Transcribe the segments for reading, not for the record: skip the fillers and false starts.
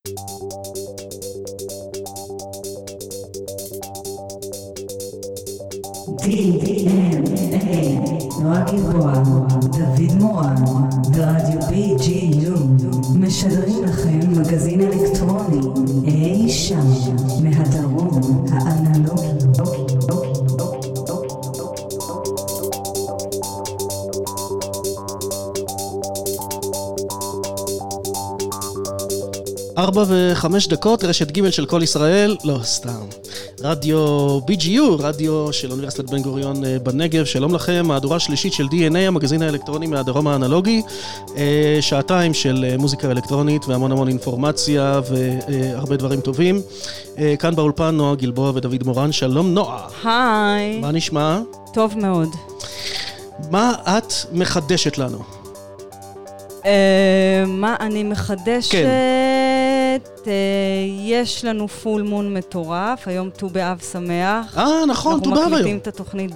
DNA, נועה גלבוע, דוד מורן, ורדיו BGU, משדרים לכם מגזין אלקטרוני, אי שם, מהדרום האנלוגי. 4:05, רשת ג' של כל ישראל, לא סתם. רדיו BGU, רדיו של אוניברסיטת בן גוריון בנגב, שלום לכם, מהדורה שלישית של DNA, המגזין האלקטרוני מהדרום האנלוגי, שעתיים של מוזיקה אלקטרונית והמון המון אינפורמציה והרבה דברים טובים. כאן באולפן נועה גלבוע ודוד מורן, שלום נועה. היי. מה נשמע? טוב מאוד. מה את מחדשת לנו? מה אני מחדשת? כן. יש לנו פול מון מטורף, היום ט"ו באב שמח. נכון, ט"ו באב היום. אנחנו מקליטים את התוכנית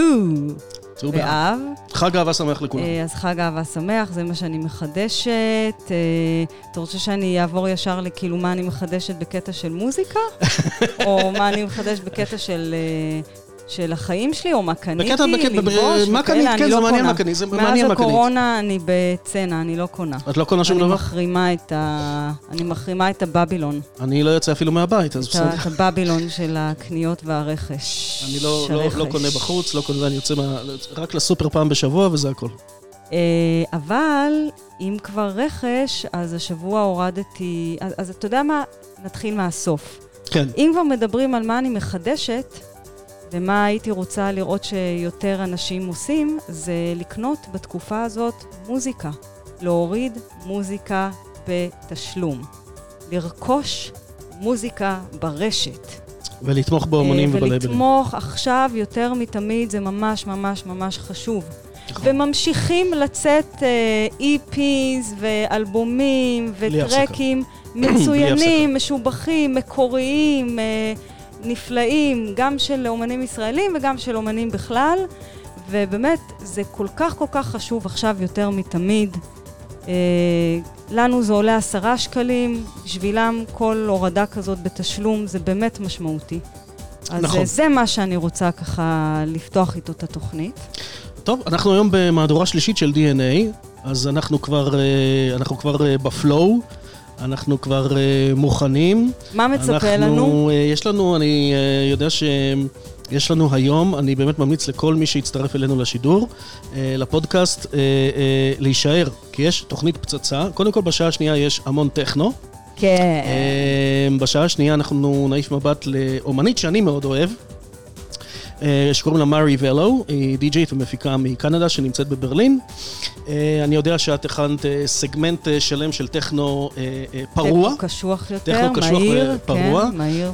ט"ו באב. חג אהבה שמח לכולם. אז חג אהבה שמח, זה מה שאני מחדשת. אתה רוצה שאני אעבור ישר לכאילו מה אני מחדשת בקטע של מוזיקה? או מה אני מחדשת בקטע של החיים שלי, או מה קניתי, ללבוש, מה קנית, כן, זה מעניין מה קנית, זה מעניין מה קנית. מאז הקורונה אני בצנה, אני לא קונה. את לא קונה שום דבר? אני מחרימה את הבבילון. אני לא יוצא אפילו מהבית, אז בסדר. את הבבילון של הקניות והרכש. אני לא קונה בחוץ, לא קונה, אני יוצא רק לסופר פעם בשבוע, וזה הכל. אבל אם כבר רכש, אז השבוע הורדתי, אז אתה יודע מה? נתחיל מהסוף. כן. אם כבר מדברים על מה אני מחדשת, ומה הייתי רוצה לראות שיותר אנשים עושים, זה לקנות בתקופה הזאת מוזיקה. להוריד מוזיקה בתשלום. לרכוש מוזיקה ברשת. ולתמוך באומנים ובלייבלים. ולתמוך עכשיו יותר מתמיד, זה ממש ממש ממש חשוב. וממשיכים לצאת EPs ואלבומים וטרקים מצוינים, משובחים, מקוריים, נפלאים, גם של אומנים ישראלים וגם של אומנים בכלל, ובאמת זה כל כך כל כך חשוב עכשיו יותר מתמיד. לנו זה עולה 10 שקלים, בשבילם כל הורדה כזאת בתשלום זה באמת משמעותי. אז נכון. זה מה שאני רוצה ככה לפתוח איתו את התוכנית. טוב, אנחנו היום במהדורה שלישית של DNA, אז אנחנו כבר בפלואו. אנחנו כבר מוכנים. מה מצפה לנו? יש לנו, אני יודע שיש לנו היום, אני באמת ממליץ לכל מי שיצטרף אלינו לשידור, לפודקאסט, להישאר, כי יש תוכנית פצצה. קודם כל, בשעה השנייה יש המון טכנו. כן. בשעה השנייה אנחנו נעיף מבט לאומנית שאני מאוד אוהב, שקוראים לה מארי ולו, היא די-ג'יית ומפיקה מקנדה שנמצאת בברלין. אני יודע שאת הכנת סגמנט שלם של טכנו פרוע. טכנו קשוח יותר, טכנו קשוח ופרוע. כן, מהיר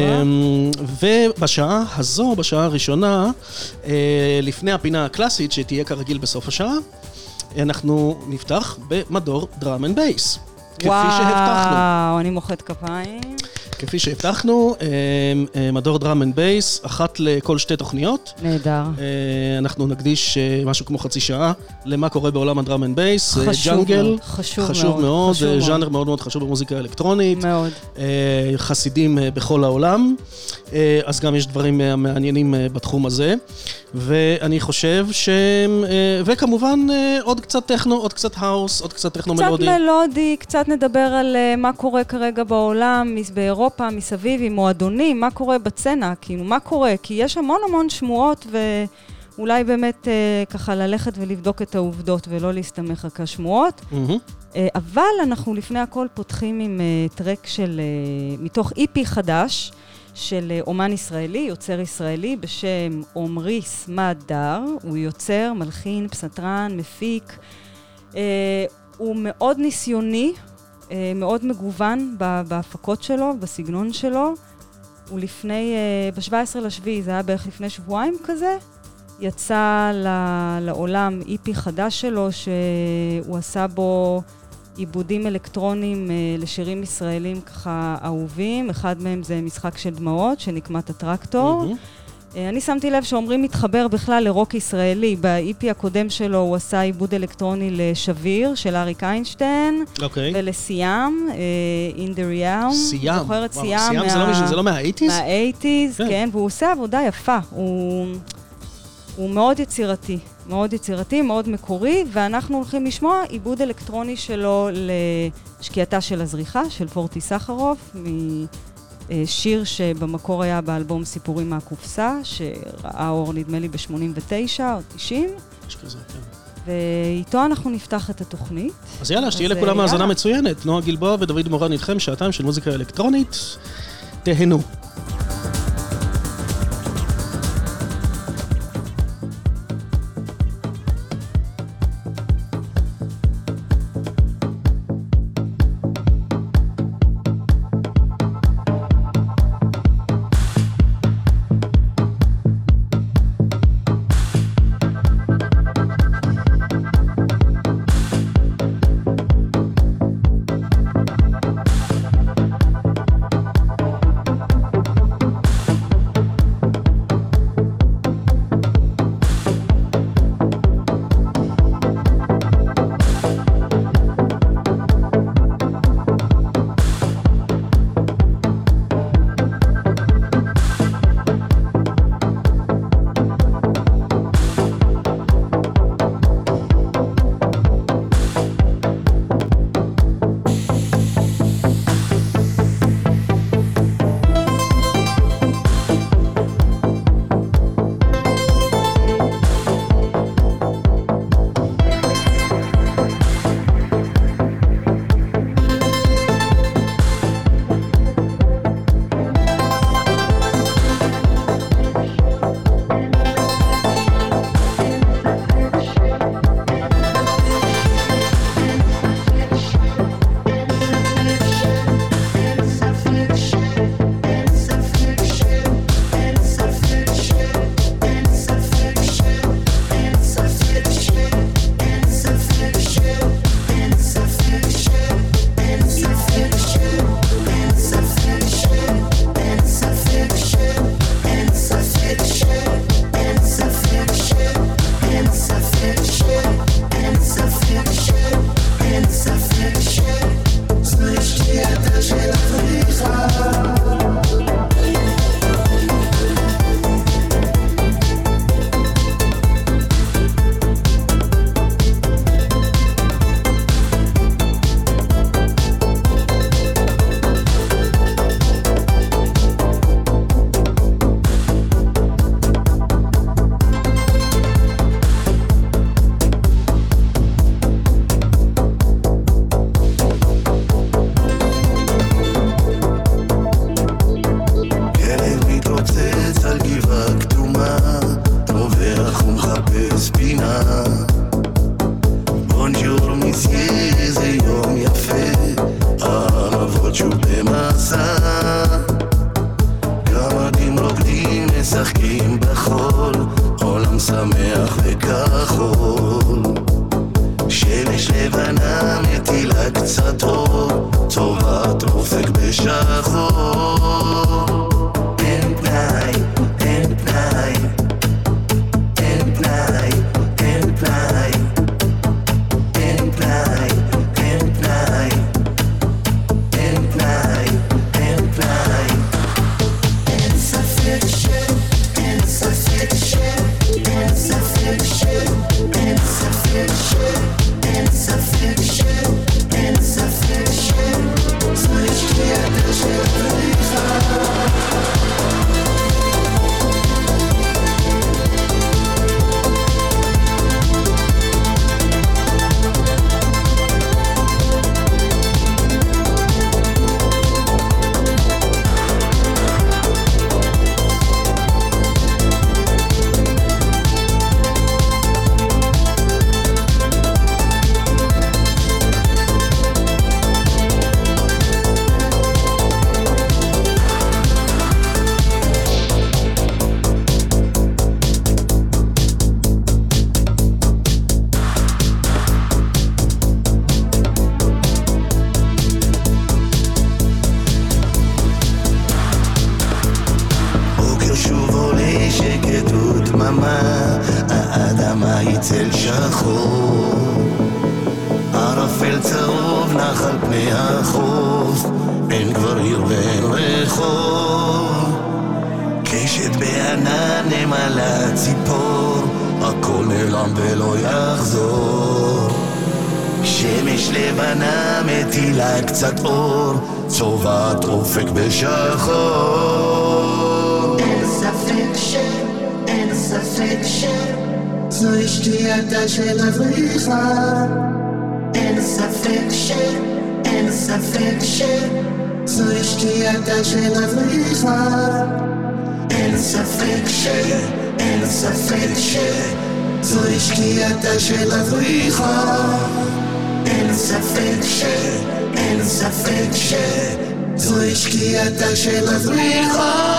וקשוח. ובשעה הזו, בשעה הראשונה, לפני הפינה הקלאסית שתהיה כרגיל בסוף השעה, אנחנו נפתח במדור דראם אנד בייס. כפי שהבטחנו. וואו, אני מוחאת כפיים. כפי שהבטחנו, מדור דראם אנד בייס, אחת לכל 2 תוכניות. נהדר. אנחנו נקדיש משהו כמו חצי שעה למה קורה בעולם הדראם אנד בייס. ג'אנגל. חשוב מאוד. ז'אנר מאוד מאוד חשוב במוזיקה האלקטרונית. מאוד. חסידים בכל העולם. אז גם יש דברים מעניינים בתחום הזה. ואני חושב וכמובן עוד קצת טכנו, עוד קצת האוס, עוד קצת טכנו מלודי. קצת מלודי, קצת נדבר על מה קורה כרגע בעולם, באירופה, מסביב, עם מועדונים, מה קורה בצנה, כאילו, מה קורה? כי יש המון שמועות, ואולי באמת ככה ללכת ולבדוק את העובדות, ולא להסתמך רק השמועות. אבל אנחנו לפני הכל פותחים עם טרק מתוך EP חדש, של אומן ישראלי, יוצר ישראלי, בשם עומרי סמדר. הוא יוצר, מלחין, פסנתרן, מפיק. הוא מאוד ניסיוני, מאוד מגוון בהפקות שלו, בסגנון שלו. הוא לפני, ב-17 לשביעי, זה היה בערך לפני שבועיים כזה, יצא לעולם EP חדש שלו, שהוא עשה בו עיבודים אלקטרונים לשירים ישראלים ככה אהובים. אחד מהם זה משחק של דמעות, שנקמת הטרקטור. אני שמתי לב שאומרים מתחבר בכלל לרוק ישראלי. ב-EP הקודם שלו הוא עשה עיבוד אלקטרוני לשביר של אריק איינשטיין, ולסיאם, In the Realm. סיאם? זוכרת סיאם? סיאם זה לא מה-80s? מה-80s, כן, והוא עושה עבודה יפה. הוא מאוד יצירתי, מאוד יצירתי, מאוד מקורי, ואנחנו הולכים לשמוע עיבוד אלקטרוני שלו לשקיעתה של הזריחה, של פורטי סחרוף, שיר שבמקור היה באלבום סיפורים מהקופסה, שראה אור נדמה לי ב-89 או 90. יש כזה, כן. ואיתו אנחנו נפתח את התוכנית. אז יאללה, שתהיה לכולם האזנה מצוינת. נועה גלבוע ודוד מורן איתכם, שעתיים של מוזיקה אלקטרונית. תהנו. Insufficient. נח על פני החוף, אין כבר עיר ואין רחוב. קשת בענן נמלה ציפור, הכל נעלם ולא יחזור. שמש לבנה מטילה קצת אור, צובעת אופק בשחור. אין ספק זוהי שתייתה של אבריחה. אין ספק זוהי שתייתה של אבריחה. אין ספק זוהי שתייתה של אבריחה. אין ספק זוהי שתייתה של אבריחה.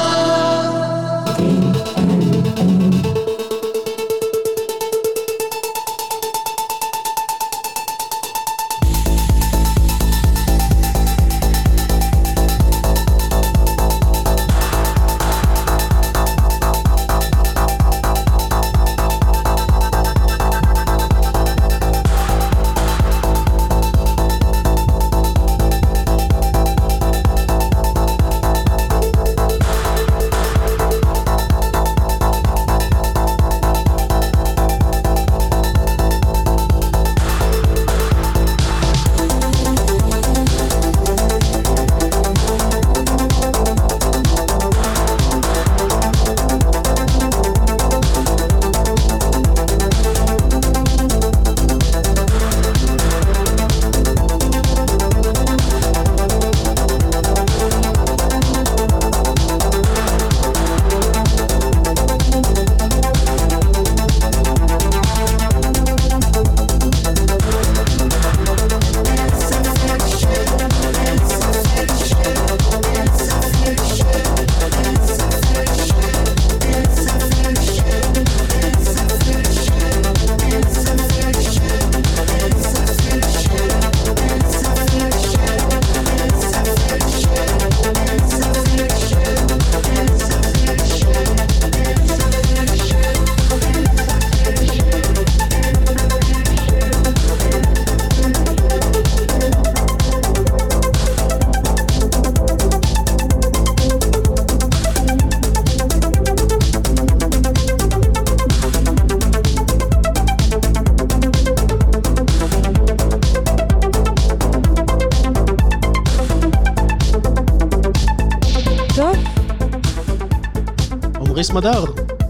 מדר.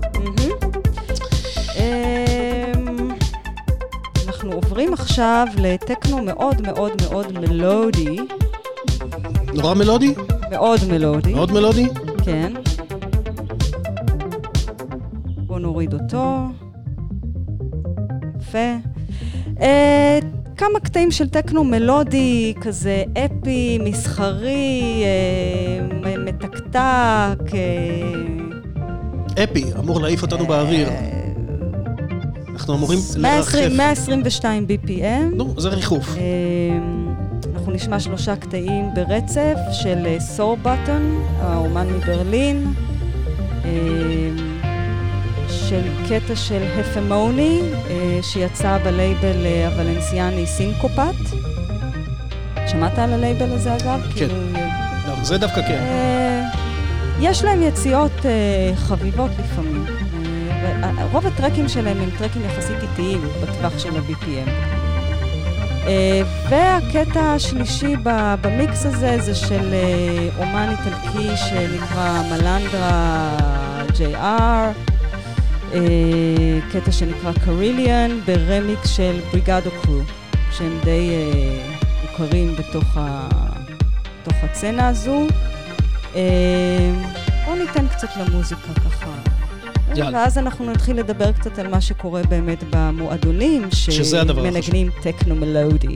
אנחנו עוברים עכשיו לטקנו מאוד מאוד מאוד מלודי. נורא מלודי? מאוד מלודי. מאוד מלודי? כן. בואו נוריד אותו. יפה. כמה קטעים של טקנו מלודי, כזה אפי, מסחרי, מתקתק. אפי, אמור להעיף אותנו באוויר. אנחנו אמורים לרחף. 122 BPM. נו, זה ריחוף. אנחנו נשמע 3 קטעים ברצף של סור בטון, האומן מברלין, של קטע של הפמוני, שיצא בלייבל הוולנסיאני סינקופט. שמעת על הלייבל הזה אגב? כן. זה דווקא כן. יש להם יציאות חביבות לפעמים. רוב הטרקים שלהם הם טרקים יחסית איטיים בטווח של ה-BPM. והקטע השלישי במיקס הזה זה של אומן איטלקי שנקרא מלנדרה JR, קטע שנקרא קריליאן ברמיקס של בריגדו קרו, שהם די מוכרים בתוך הצנה הזו. בואו ניתן קצת למוזיקה ככה. ואז אנחנו נתחיל לדבר קצת על מה שקורה באמת במועדונים שמנגנים טקנו מלודי.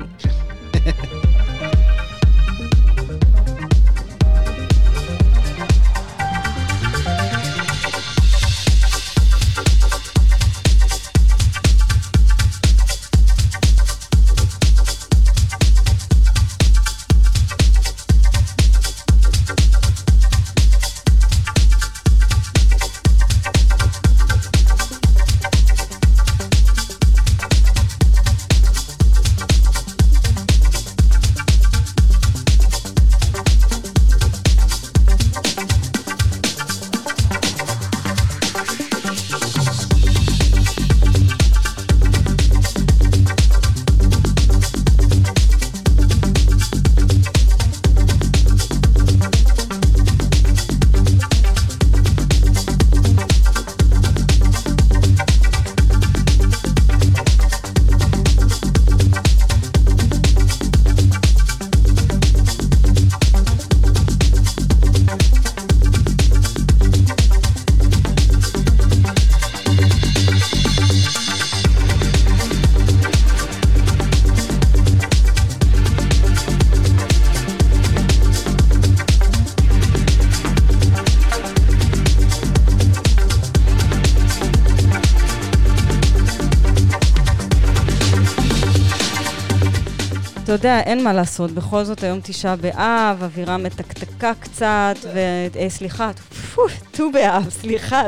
יודע, אין מה לעשות, בכל זאת היום 9 באב, אווירה מתקתקה קצת, סליחה, ט"ו באב, סליחה,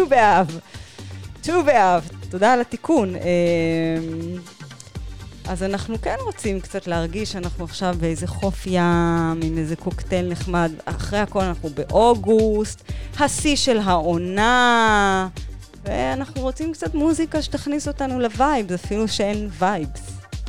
ט"ו באב, תודה על התיקון. אז אנחנו כן רוצים קצת להרגיש שאנחנו עכשיו באיזה חוף ים, עם איזה קוקטייל נחמד. אחרי הכל אנחנו באוגוסט, השיא של העונה, ואנחנו רוצים קצת מוזיקה שתכניס אותנו לווייבס, אפילו שאין וייבס.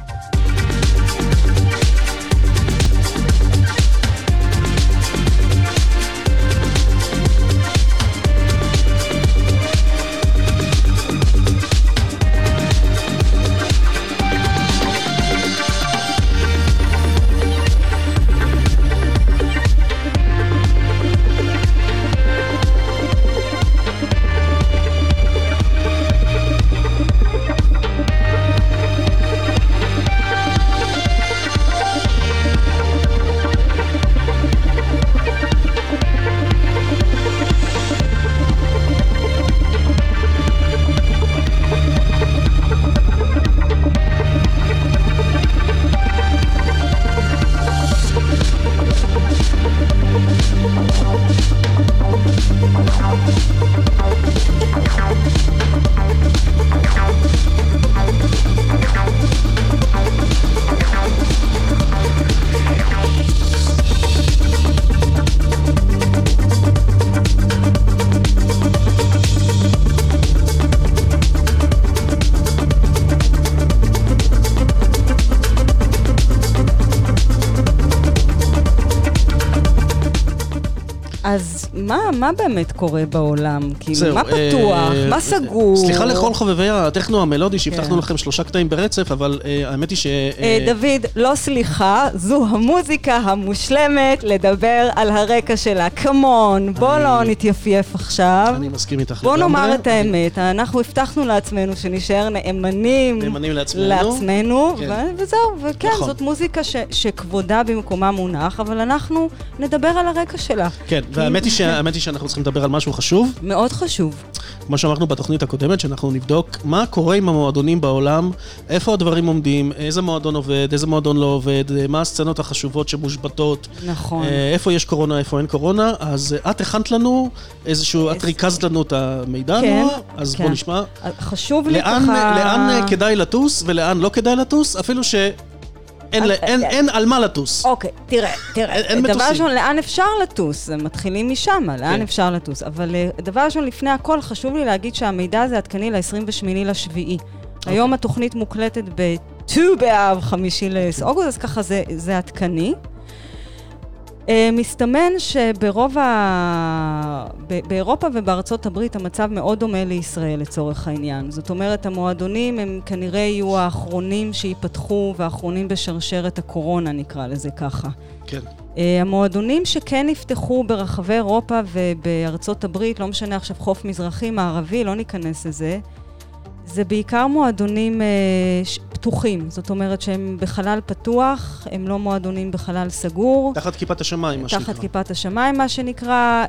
אז מה באמת קורה בעולם? כאילו, מה פתוח? מה סגור? סליחה לכל חובבי הטכנו המלודי שהבטחנו לכם 3 קטעים ברצף, אבל האמת היא ש... דוד, לא סליחה, זו המוזיקה המושלמת לדבר על הרקע שלה. קמון, בוא לא נתייפייף עכשיו. אני מסכים איתך לגמרי. בוא נאמר את האמת, אנחנו הבטחנו לעצמנו שנשאר נאמנים לעצמנו, וזהו, וכן, זאת מוזיקה שכבודה במקומה מונח, אבל אנחנו נדבר על הרקע שלה. כן, והאמת היא שאנחנו צריכים לדבר על משהו חשוב. מאוד חשוב. כמו שאמרנו בתוכנית הקודמת, שאנחנו נבדוק מה קורה עם המועדונים בעולם, איפה הדברים עומדים, איזה מועדון עובד, איזה מועדון לא עובד, מה הסצנות החשובות שמושבתות. נכון. איפה יש קורונה, איפה אין קורונה. אז את הכנת לנו איזשהו, את ריכזת לנו את המידע, כן, אז בוא נשמע. חשוב לי ככה... לאן כדאי לטוס ולאן לא כדאי לטוס, אפילו ש... אין על מה לטוס. אוקיי, תראה. דבר ראשון, לאן אפשר לטוס? מתחילים משם, לאן אפשר לטוס. אבל דבר ראשון, לפני הכל, חשוב לי להגיד שהמידע הזה עדכני ל-28 לשביעי. היום התוכנית מוקלטת ב-2 באב 5 לאוגוסט, אז ככה זה עדכני. מסתמן באירופה ובארצות הברית המצב מאוד דומה לישראל לצורך העניין. זאת אומרת, המועדונים הם כנראה יהיו האחרונים שיפתחו והאחרונים בשרשרת הקורונה, נקרא לזה ככה. כן. המועדונים שכן נפתחו ברחבי אירופה ובארצות הברית, לא משנה עכשיו חוף מזרחי, מערבי, לא ניכנס לזה, זה בעיקר מועדונים פתוחים, זאת אומרת שהם בחלל פתוח, הם לא מועדונים בחלל סגור. תחת כיפת השמיים, מה שנקרא. תחת כיפת השמיים, מה שנקרא.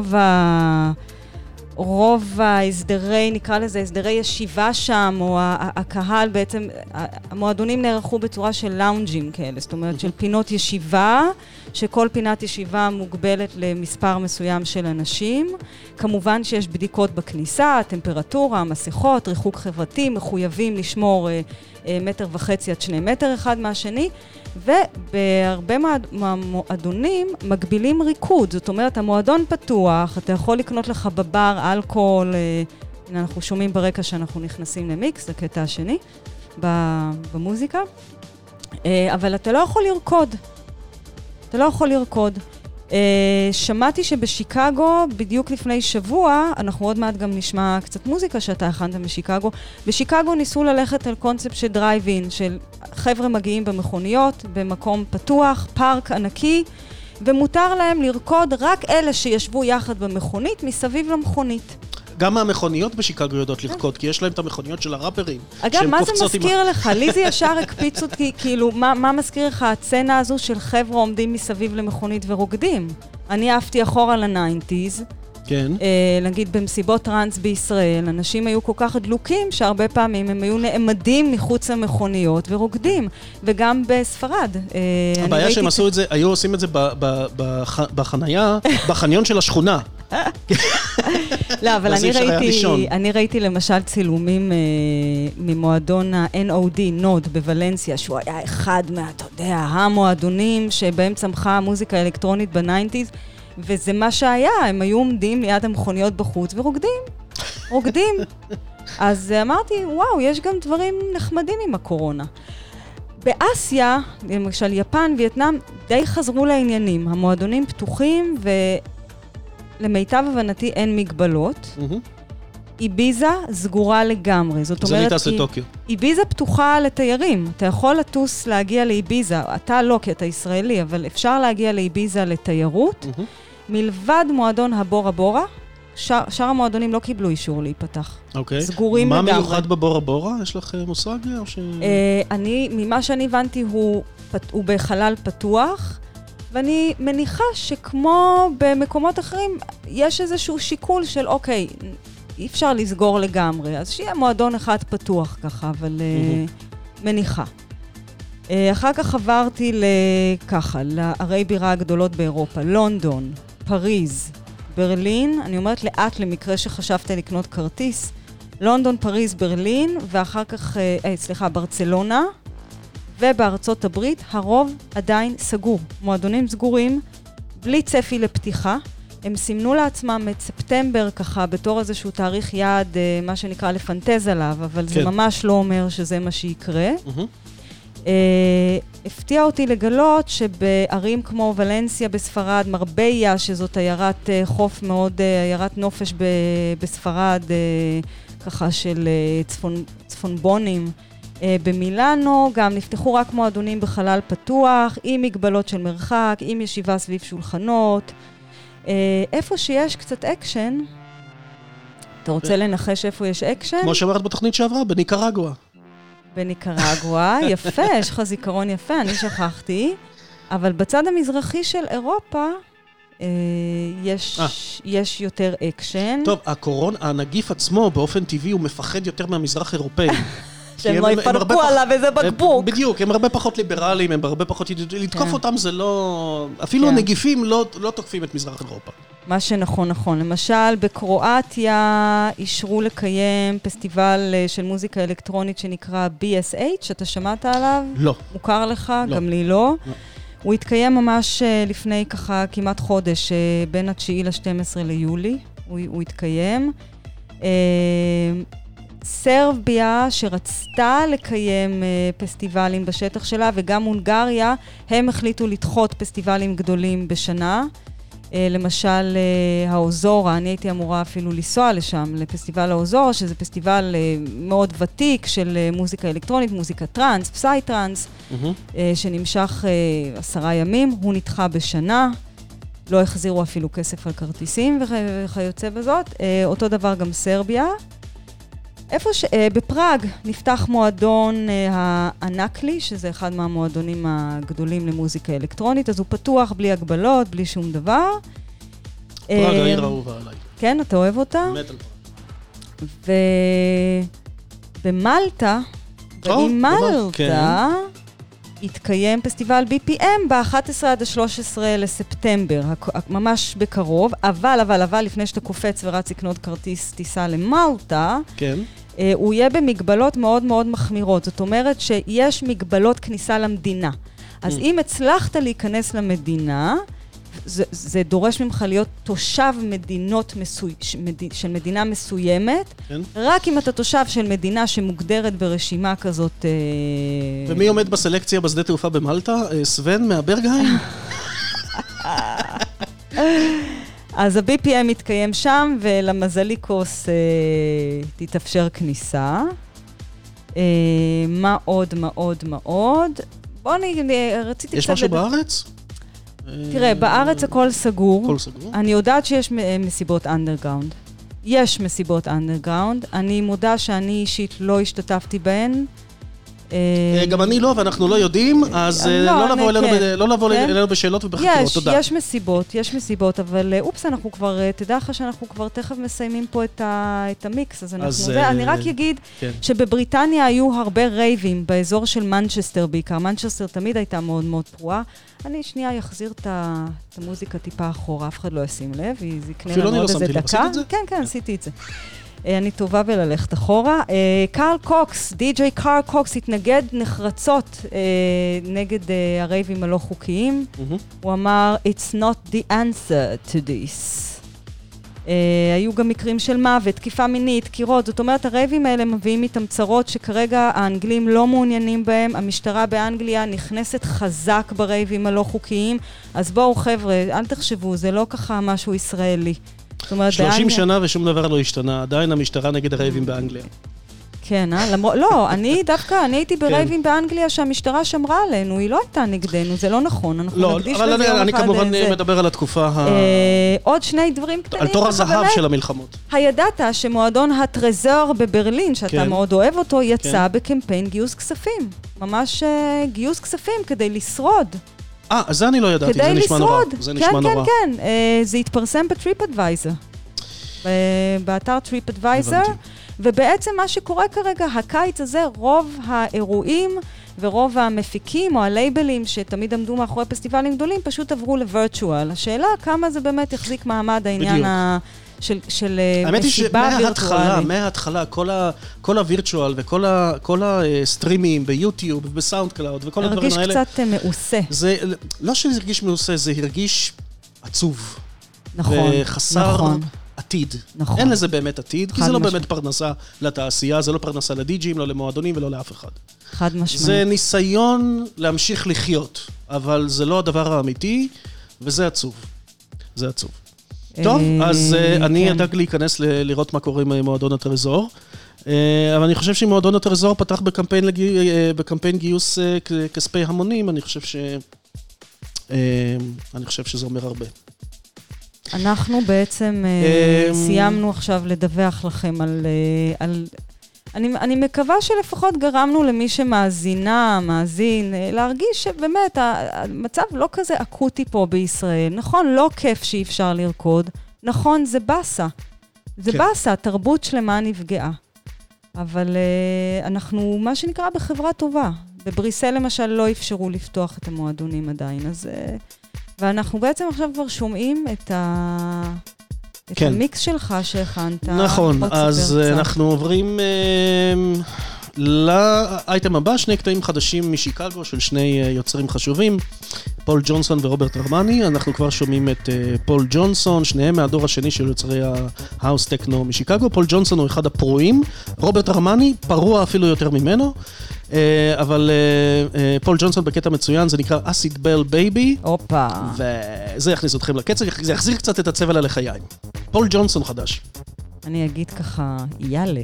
רוב ההסדרי, נקרא לזה, הסדרי ישיבה שם, או הקהל בעצם, המועדונים נערכו בצורה של לאונג'ים כאלה, זאת אומרת של פינות ישיבה, שכל פינת ישיבה מוגבלת למספר מסוים של אנשים. כמובן שיש בדיקות בכניסה, טמפרטורה, מסכות, ריחוק חברתי, מחויבים לשמור 1.5 מטר עד 2 מטר אחד מהשני, ובהרבה מהמועדונים מגבילים ריקוד, זאת אומרת, המועדון פתוח, אתה יכול לקנות לך בבר אלכוהול, אנחנו שומעים ברקע שאנחנו נכנסים למיקס, זה קטע השני, במוזיקה, אבל אתה לא יכול לרקוד. אתה לא יכול לרקוד. שמעתי שבשיקגו, בדיוק לפני שבוע, אנחנו עוד מעט גם נשמע קצת מוזיקה שאתה הכנת בשיקגו, בשיקגו ניסו ללכת על קונספט של דרייב-אין, של חבר'ה מגיעים במכוניות, במקום פתוח, פארק ענקי, ומותר להם לרקוד רק אלה שישבו יחד במכונית, מסביב למכונית. גם המכוניות בשיקגו יודעות לרקוד, כי יש להם את המכוניות של הראפרים. אגב, מה זה מזכיר לך? לי זה ישר הקפיץ אותי, כאילו, מה מזכיר לך הצצנה הזו של חבר'ה עומדים מסביב למכונית ורוקדים? אני אהבתי אחורה ל-90s, כן. נגיד במסיבות טרנס בישראל, אנשים היו כל כך דלוקים שהרבה פעמים הם היו נעמדים מחוץ למכוניות ורוקדים, וגם בספרד. הבעיה שהם עשו את זה, היו עושים את זה בחנייה, בחניון של השכונה. לא, אבל אני ראיתי למשל צילומים ממועדון ה-NOD, נוד בוולנסיה, שהוא היה אחד אתה יודע, המועדונים שבהם צמחה מוזיקה אלקטרונית ב-90s, וזה מה שהיה, הם היו עומדים ליד המכוניות בחוץ ורוקדים. אז אמרתי, וואו, יש גם דברים נחמדים עם הקורונה. באסיה, למשל יפן, וייטנאם, די חזרו לעניינים. המועדונים פתוחים, ולמיטב הבנתי אין מגבלות. איביזה סגורה לגמרי. זאת אומרת, זה ניטס לטוקיו. איביזה פתוחה לתיירים. אתה יכול לטוס להגיע לאיביזה. אתה לא, כי אתה ישראלי, אבל אפשר להגיע לאיביזה לתיירות. מלבד מועדון הבורה בורה, שאר המועדונים לא קיבלו אישור להיפתח. אוקיי. סגורים לגמרי. מה מיוחד בבורה בורה? יש לך מושג? ממה שאני הבנתי, הוא בחלל פתוח, ואני מניחה שכמו במקומות אחרים, יש איזשהו שיקול של, אוקיי, אי אפשר לסגור לגמרי, אז שיהיה מועדון אחד פתוח ככה, אבל מניחה. אחר כך עברתי לערי בירה הגדולות באירופה, לונדון, פריז, ברלין, אני אומרת לאט למקרה שחשבתי לקנות כרטיס, לונדון, פריז, ברלין, ואחר כך, ברצלונה, ובארצות הברית הרוב עדיין סגור. מועדונים סגורים, בלי צפי לפתיחה. הם סימנו לעצמם את ספטמבר ככה, בתור איזשהו תאריך יעד, מה שנקרא לפנטז עליו, אבל זה ממש לא אומר שזה מה שיקרה. הפתיע אותי לגלות שבערים כמו ולנסיה בספרד, מרביה, שזאת עיירת חוף מאוד, עיירת נופש בספרד, ככה של צפונבונים, במילאנו גם נפתחו רק מועדונים בחלל פתוח, עם מגבלות של מרחק, עם ישיבה סביב שולחנות. איפה שיש קצת אקשן, אתה רוצה לנחש איפה יש אקשן? כמו שאמרת בתוכנית שעברה, בניקרגואה. בניקרגואה, יפה, יש לך זיכרון יפה, אני שכחתי. אבל בצד המזרחי של אירופה, יש יותר אקשן. טוב, הנגיף עצמו באופן טבעי הוא מפחד יותר מהמזרח אירופאי. שהם לא יפרקו עליו איזה בקבוק. בדיוק, הם הרבה פחות ליברליים, הם הרבה פחות... לתקוף אותם זה לא... אפילו הנגיפים לא תוקפים את מזרח אירופה. מה שנכון, נכון. למשל, בקרואטיה אישרו לקיים פסטיבל של מוזיקה אלקטרונית שנקרא BSH, אתה שמעת עליו? לא. מוכר לך? גם לי לא. הוא התקיים ממש לפני ככה כמעט חודש, בין ה-9 ל-12 ליולי. הוא התקיים. סרביה שרצתה לקיים פסטיבלים בשטח שלה, וגם הונגריה, הם החליטו לדחות פסטיבלים גדולים בשנה. למשל, האוזורה, אני הייתי אמורה אפילו לנסוע לשם, לפסטיבל האוזורה, שזה פסטיבל מאוד ותיק של מוזיקה אלקטרונית, מוזיקה טרנס, פסאי טרנס, שנמשך 10 ימים, הוא נדחה בשנה, לא החזירו אפילו כסף על כרטיסים וכיוצא בזאת. אותו דבר גם סרביה. בפראג נפתח מועדון האנקלי, שזה אחד מהמועדונים הגדולים למוזיקה אלקטרונית, אז הוא פתוח בלי הגבלות, בלי שום דבר. פראג העיר האהובה עליי. כן, אתה אוהב אותה? מת על פראג. ובמלטה, במלטה, התקיים פסטיבל BPM ב-11 עד ה-13 לספטמבר, ממש בקרוב, אבל, לפני שאתה קופץ ורץ לקנות כרטיס טיסה למלטה, כן. הוא יהיה במגבלות מאוד מאוד מחמירות. זאת אומרת שיש מגבלות כניסה למדינה. אז אם הצלחת להיכנס למדינה, זה דורש ממך להיות תושב של מדינה מסוימת, כן. רק אם אתה תושב של מדינה שמוגדרת ברשימה כזאת... ומי עומד בסלקציה בשדה תעופה במלטה? סוון מהברגהיים? אז ה-BPM מתקיים שם, ולמזליקוס תתאפשר כניסה. מה עוד? בוא רציתי... יש משהו בארץ? תראה, בארץ הכל סגור. הכל סגור? אני יודעת שיש מסיבות אנדרגראונד. יש מסיבות אנדרגראונד. אני מודה שאני אישית לא השתתפתי בהן. גם אני לא, ואנחנו לא יודעים, אז לא לבוא אלינו בשאלות ובחקירות, תודה. יש מסיבות, אבל אופס, אנחנו כבר, תדע לך שאנחנו כבר תכף מסיימים פה את המיקס, אז אני רק אגיד שבבריטניה היו הרבה רייבים באזור של מנצ'סטר בעיקר, מנצ'סטר תמיד הייתה מאוד מאוד פרועה, אני שנייה יחזיר את המוזיקה טיפה אחורה, אף אחד לא ישים לב, זה יקנה לנו עוד איזה דקה. כן, עשיתי את זה. אני טובה בללכת אחורה. קארל קוקס, די.ג'יי קארל קוקס, התנגד נחרצות נגד הרייבים הלא חוקיים. הוא אמר, It's not the answer to this. היו גם מקרים של מוות, תקיפה מינית, קירות. זאת אומרת, הרייבים האלה מביאים איתם צרות שכרגע האנגלים לא מעוניינים בהם. המשטרה באנגליה נכנסת חזק ברייבים הלא חוקיים. אז בואו חבר'ה, אל תחשבו, זה לא ככה משהו ישראלי. 30 שנה ושום דבר לא השתנה, עדיין המשטרה נגד הרייבים באנגליה. כן, לא, אני הייתי ברייבים באנגליה שהמשטרה שמרה עלינו, היא לא הייתה נגדנו, זה לא נכון. לא, אבל אני כמובן מדבר על התקופה עוד שני דברים קטנים. על תור הזהב של המלחמות. הידעת שמועדון הטרזור בברלין, שאתה מאוד אוהב אותו, יצא בקמפיין גיוס כספים. ממש גיוס כספים כדי לשרוד. אז זה אני לא ידעתי, זה נשמע נורא. כן, זה התפרסם בטריפ-אדוויזר. באתר טריפ-אדוויזר, ובעצם מה שקורה כרגע, הקיץ הזה, רוב האירועים ורוב המפיקים או הלייבלים שתמיד עמדו מאחורי פסטיבלים גדולים, פשוט עברו לווירטואל. השאלה כמה זה באמת יחזיק מעמד העניין של מסיבה וירטואלית. מההתחלה, כל הווירטואל וכל הסטרימים ביוטיוב ובסאונד קלאוד וכל הדברים האלה. הרגיש קצת מעושה. לא שזה הרגיש מעושה, זה הרגיש עצוב. נכון. וחסר עתיד. נכון. אין לזה באמת עתיד, כי זה לא באמת פרנסה לתעשייה, זה לא פרנסה לדי-ג'ים, לא למועדונים ולא לאף אחד. חד משמעית. זה ניסיון להמשיך לחיות, אבל זה לא הדבר האמיתי, וזה עצוב. זה עצוב. טוב, אז אני אדאג להיכנס לראות מה קורה עם מועדון הטרזור, אבל אני חושב שמועדון הטרזור פתח בקמפיין גיוס כספי המונים, אני חושב שזה אומר הרבה. אנחנו בעצם סיימנו עכשיו לדווח לכם על... אני מקווה שלפחות גרמנו למי מאזין, להרגיש שבאמת המצב לא כזה אקוטי פה בישראל. נכון, לא כיף שאי אפשר לרקוד. נכון, זה בסה. זה בסה, תרבות שלמה נפגעה. אבל אנחנו, מה שנקרא, בחברה טובה. בבריסל למשל לא אפשרו לפתוח את המועדונים עדיין, אז... ואנחנו בעצם עכשיו כבר שומעים את המיקס שלך שהכנת. נכון, אז אנחנו עוברים לאייטם הבא, שני קטעים חדשים משיקגו של שני יוצרים חשובים, פול ג'ונסון ורוברט ארמני. אנחנו כבר שומעים את פול ג'ונסון, שניהם מהדור השני של יוצרי ההאוס טקנו משיקגו. פול ג'ונסון הוא אחד הפרועים, רוברט ארמני פרוע אפילו יותר ממנו, אבל פול ג'ונסון בקטע מצוין, זה נקרא אסיד בל בייבי. אופה. וזה יכניס אתכם לקצב, זה יחזיר קצת את הצבע ללחיים. פול ג'ונסון חדש. אני אגיד ככה, יאללה.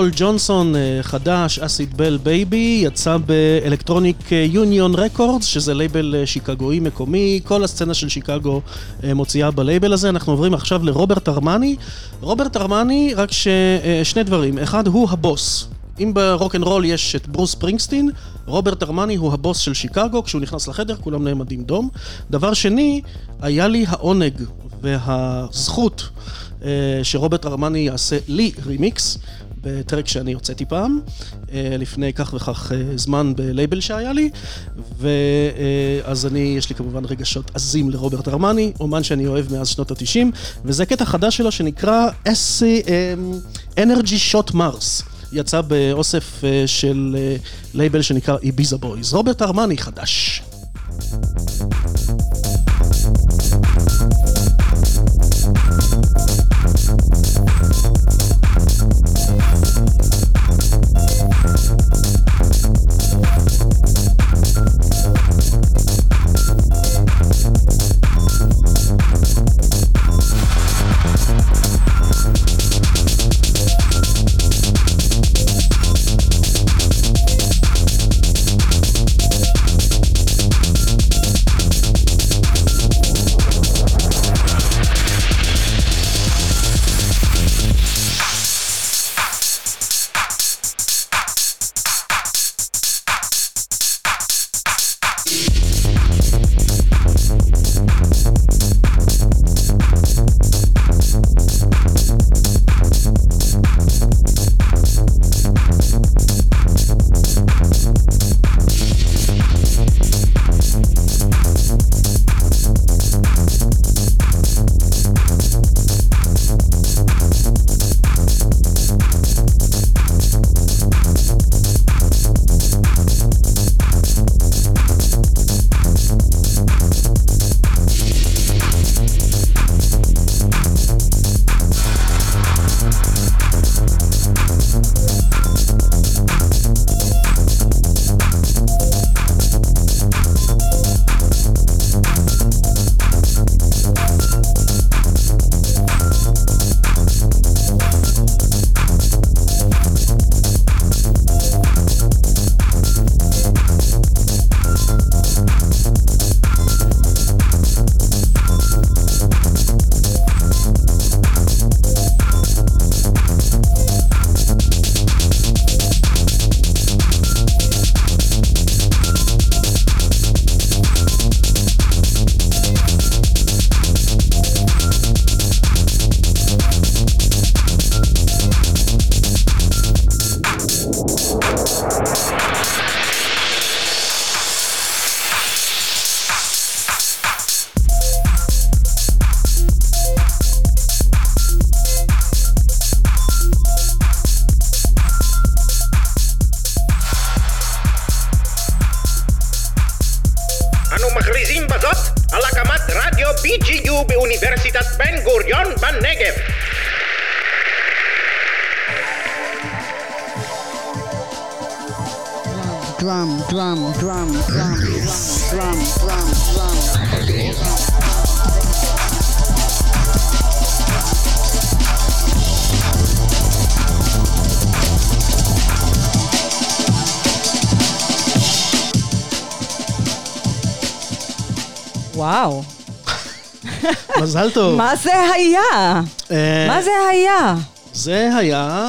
פול ג'ונסון חדש, אסיד בל בייבי, יצא באלקטרוניק יוניון רקורדס, שזה לייבל שיקגואי מקומי, כל הסצנה של שיקגו מוציאה בלייבל הזה. אנחנו עוברים עכשיו לרוברט ארמני. רוברט ארמני, רק שני דברים. אחד, הוא הבוס. אם ברוק אנד רול יש את ברוס ספרינגסטין, רוברט ארמני הוא הבוס של שיקגו, כשהוא נכנס לחדר כולם נעמדים דום. דבר שני, היה לי העונג והזכות שרוברט ארמני יעשה לי רימיקס בטרק שאני הוצאתי פעם, לפני כך וכך זמן בלייבל שהיה לי, ואז יש לי כמובן רגשות עזים לרוברט ארמני, אומן שאני אוהב מאז שנות ה-90, וזה קטע חדש שלו שנקרא Energy Shot Mars. יצא באוסף של לייבל שנקרא איביזה בויז. רוברט ארמני חדש. BGU באוניברסיטת בן גוריון בנגב. וואו. מזל טוב. מה זה היה? מה זה היה? זה היה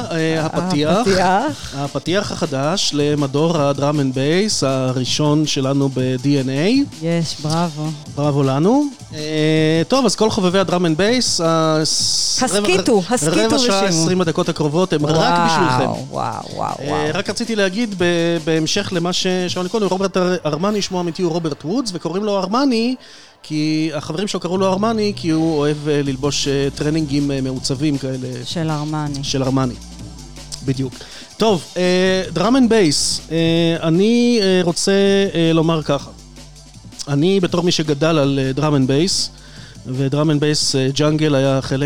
הפתיח החדש למדור הדראם אנד בייס הראשון שלנו ב-DNA. יש, בראבו. בראבו לנו. טוב, אז כל חובבי הדראם אנד בייס, הסקיטו רבע שעה 20 הדקות הקרובות הם רק בשבילכם. וואו. רק רציתי להגיד בהמשך למה ששמענו קודם, רוברט ארמני שמו אמיתי הוא רוברט וודס, וקוראים לו ארמני כי החברים שלו קראו לו ארמני, כי הוא אוהב ללבוש טרנינגים מעוצבים כאלה. של ארמני, בדיוק. טוב, דראם אנד בייס, אני רוצה לומר ככה. אני בתור מי שגדל על דראם אנד בייס, ודראם אנד בייס ג'אנגל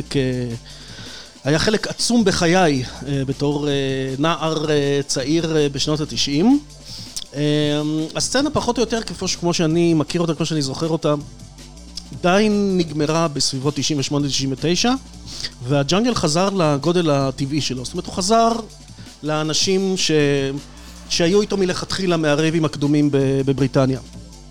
היה חלק עצום בחיי, בתור נער צעיר בשנות ה-90. הסצנה פחות או יותר כמו שאני מכיר אותה, כמו שאני זוכר אותה, די נגמרה בסביבות 98-99, והג'אנגל חזר לגודל הטבעי שלו. זאת אומרת, הוא חזר לאנשים שהיו איתו מלכתחילה מהרייבים הקדומים בבריטניה.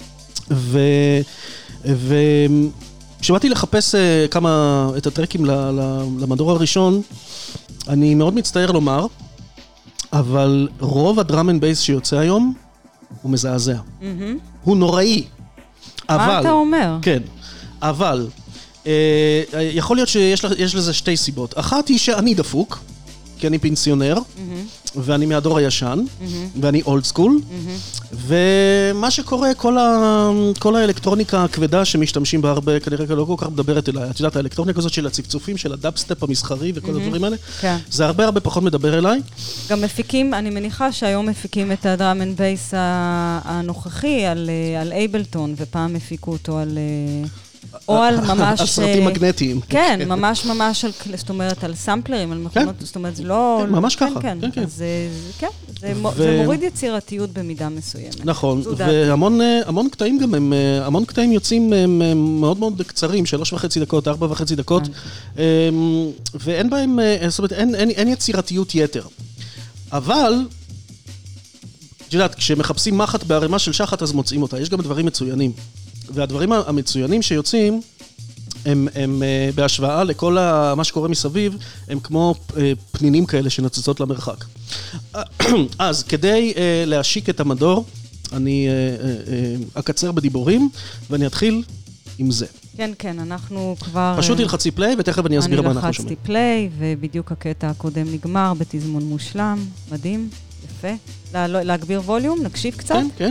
כשבאתי לחפש את הטרקים למדור הראשון, אני מאוד מצטער לומר, אבל רוב הדראם אנד בייס שיוצא היום הוא מזעזע. הוא נוראי. מה אתה אומר? כן, אבל יכול להיות שיש לזה שתי סיבות. אחת היא שאני דפוק, כי אני פנסיונר, ואני מהדור הישן, ואני אולד סקול, ומה שקורה, כל האלקטרוניקה הכבדה שמשתמשים בה הרבה, כנראה לא כל כך מדברת אליי. את יודעת, האלקטרוניקה הזאת של הצפצופים, של הדאפסטפ המסחרי וכל הדברים האלה, זה הרבה פחות מדבר אליי. גם מפיקים, אני מניחה שהיום מפיקים את הדראם אנד בייס הנוכחי על אייבלטון, ופעם הפיקו אותו על... או על ממש... הסרטים מגנטיים. כן, ממש, זאת אומרת, על סמפלרים, על מכונות, זאת אומרת, זה לא... כן, ממש ככה. כן, זה מוריד יצירתיות במידה מסוימת. נכון, והמון קטעים גם הם, המון קטעים יוצאים מאוד מאוד קצרים, 3.5 דקות, 4.5 דקות, ואין בהם, זאת אומרת, אין יצירתיות יתר. אבל... את יודעת, כשמחפשים מחט בערימה של שחת, אז מוצאים אותה. יש גם דברים מצוינים. והדברים המצוינים שיוצאים, הם בהשוואה לכל מה שקורה מסביב, הם כמו פנינים כאלה שנצצות למרחק. אז כדי להשיק את המדור, אני אקצר בדיבורים, ואני אתחיל עם זה. כן, אנחנו כבר... פשוט תלחצי פליי, ותכף אני אסביר מה אנחנו שומעים. אני לחצתי פליי, ובדיוק הקטע הקודם נגמר בתזמון מושלם. מדהים, יפה. להגביר ווליום, נקשיב קצת? כן.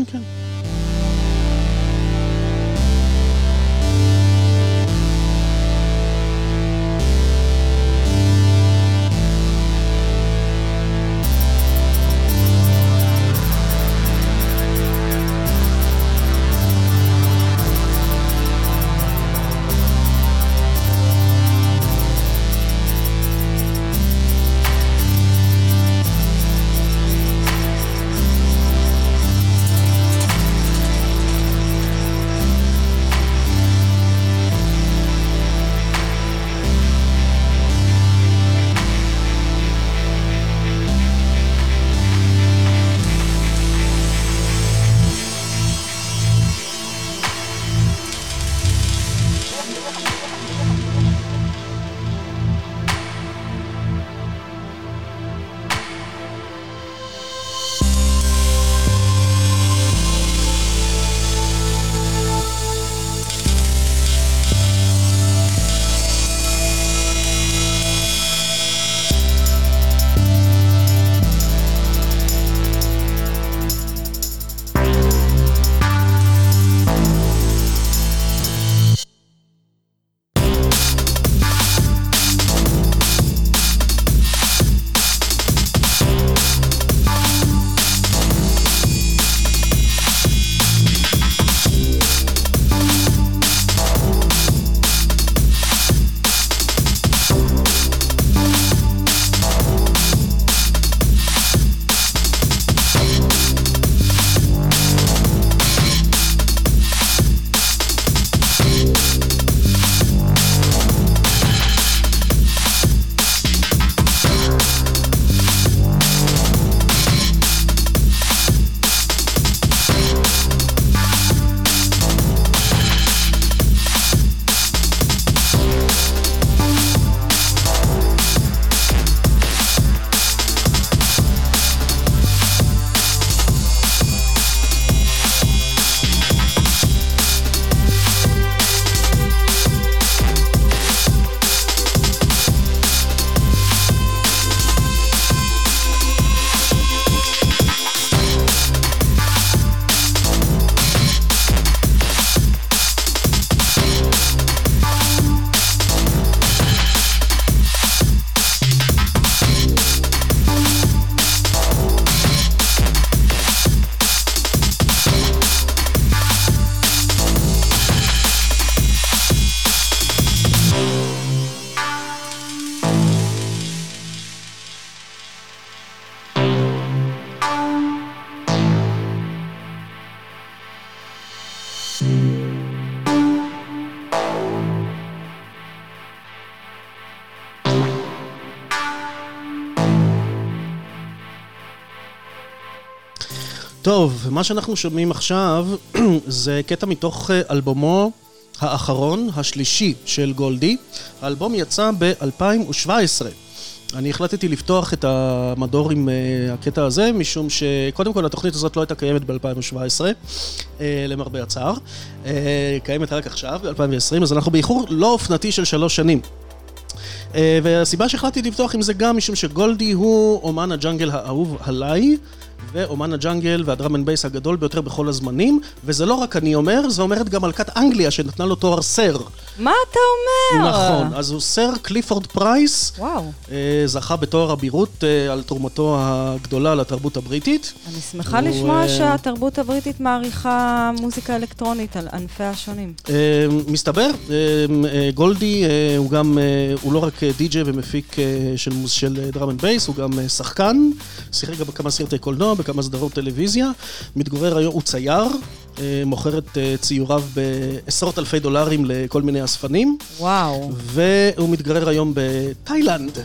טוב, מה שאנחנו שומעים עכשיו זה קטע מתוך אלבומו האחרון, השלישי של גולדי. האלבום יצא ב-2017. אני החלטתי לפתוח את המדור עם הקטע הזה, משום שקודם כל התוכנית הזאת לא הייתה קיימת ב-2017, למרבה הצער. קיימת רק עכשיו, ב-2020, אז אנחנו באיחור לא אופנתי של 3 שנים. והסיבה שהחלטתי לפתוח עם זה גם משום שגולדי הוא אומן הג'אנגל האהוב עליי, ואומן הג'אנגל והדראם אנד בייס הגדול ביותר בכל הזמנים, וזה לא רק אני אומר, זה אומרת גם מלכת אנגליה שנתנה לו תואר סר. מה אתה אומר? נכון, אז הוא סר קליפורד פרייס. וואו. זכה בתואר אבירות על תרומתו הגדולה לתרבות הבריטית. אני שמחה לשמוע שהתרבות הבריטית מעריכה מוזיקה אלקטרונית על ענפי השונים. מסתבר, גולדי הוא גם, הוא לא רק די-ג'יי ומפיק של דראם אנד בייס, הוא גם שחקן, שיחק גם בכמה סרטי קולנוע, בכמה סדרות טלוויזיה, מתגורר היום, הוא צייר, מוכר את ציוריו בעשרות אלפי דולרים לכל מיני אספנים. וואו. והוא מתגורר היום בתאילנד,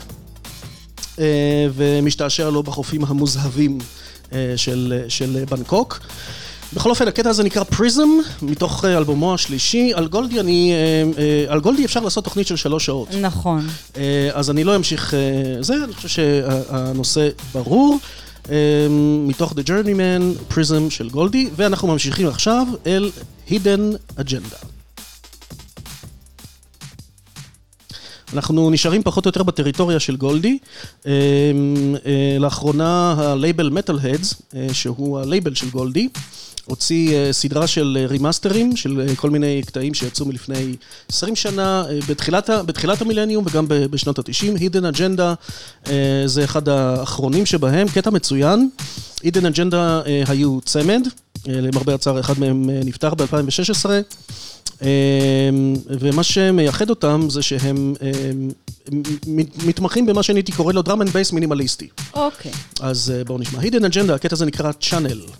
ומשתעשע לו בחופים המוזהבים של בנקוק. בכל אופן, הקטע הזה נקרא פריזם, מתוך אלבומו השלישי. על גולדי אפשר לעשות תוכנית של 3 שעות. נכון. אז אני לא אמשיך זה, אני חושב שהנושא ברור. מתוך The Journeyman, Prism של גולדי, ואנחנו ממשיכים עכשיו אל Hidden Agenda. אנחנו נשארים פחות או יותר בטריטוריה של גולדי. לאחרונה הלייבל Metalheads, שהוא הלייבל של גולדי, הוציא סדרה של רימאסטרים של כל מיני קטעים שיצאו מלפני 20 שנה, בתחילת המילניום וגם בשנות ה-90. Hidden Agenda זה אחד האחרונים שבהם, קטע מצוין. Hidden Agenda היו צמד, למרבה הצער אחד מהם נפטר ב-2016, ומה שמייחד אותם זה שהם מתמחים במה שאני הייתי קורא לו דראם אנד בייס מינימליסטי. אוקיי. אז בואו נשמע. Hidden Agenda, הקטע הזה נקרא Channel.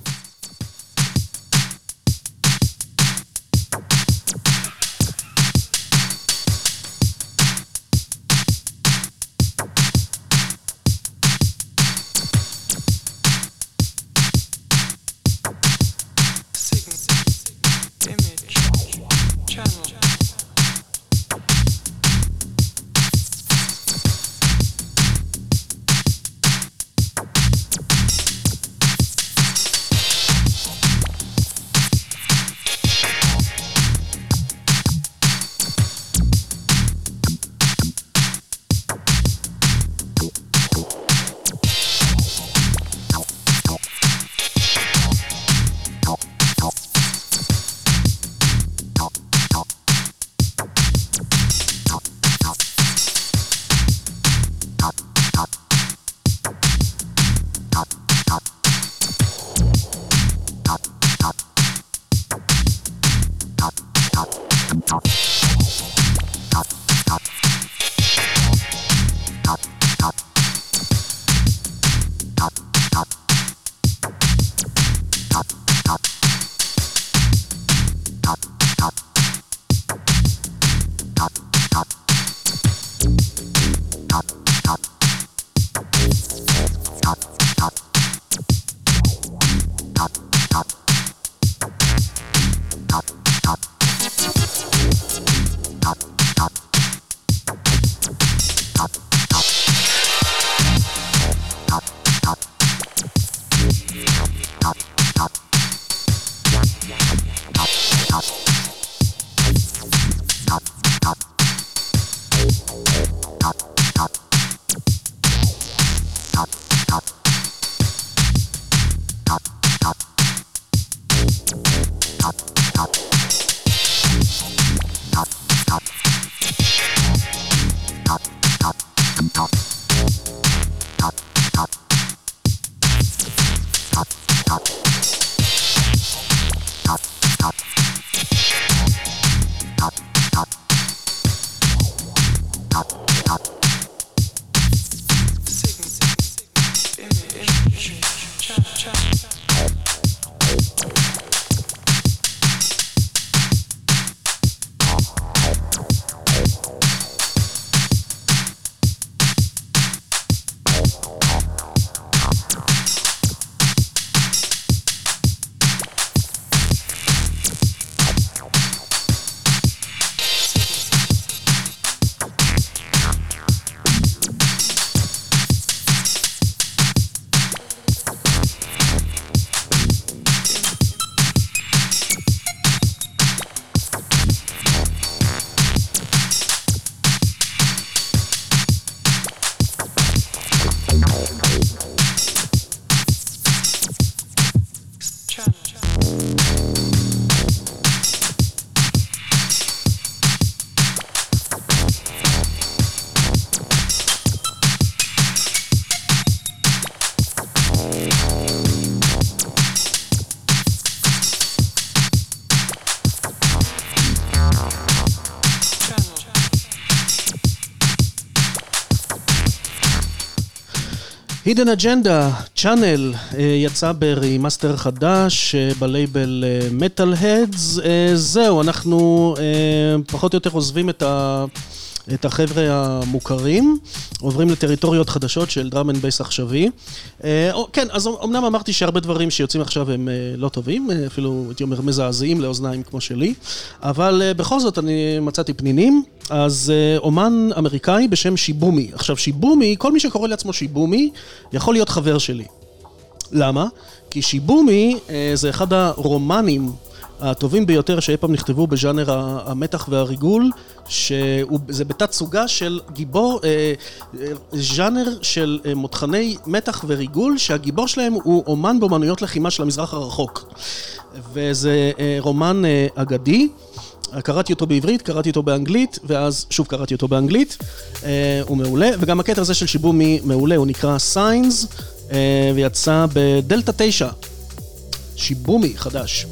Hidden Agenda, Channel, יצא ברימאסטר חדש בלייבל Metal Heads. זהו, אנחנו פחות או יותר עוזבים את החבר'ה המוכרים, עוברים לטריטוריות חדשות של דראם אנד בייס עכשווי. כן, אז אמנם אמרתי שהרבה דברים שיוצאים עכשיו הם לא טובים, אפילו הייתי אומר מזעזעים לאוזניים כמו שלי, אבל בכל זאת אני מצאתי פנינים. אז אומן אמריקאי בשם שיבומי. עכשיו שיבומי, כל מי שקורא לעצמו שיבומי יכול להיות חבר שלי. למה? כי שיבומי זה אחד הרומנים הטובים ביותר שאי פעם נכתבו בז'אנר המתח והריגול, שזה בתת סוגה של גיבור, ז'אנר של מותחני מתח וריגול, שהגיבור שלהם הוא אומן באמנויות לחימה של המזרח הרחוק. וזה רומן אגדי, קראתי אותו בעברית, קראתי אותו באנגלית, ואז שוב קראתי אותו באנגלית, הוא מעולה, וגם הקטע הזה של שיבומי מעולה, הוא נקרא Signs, ויצא בדלטה 9, שיבומי חדש.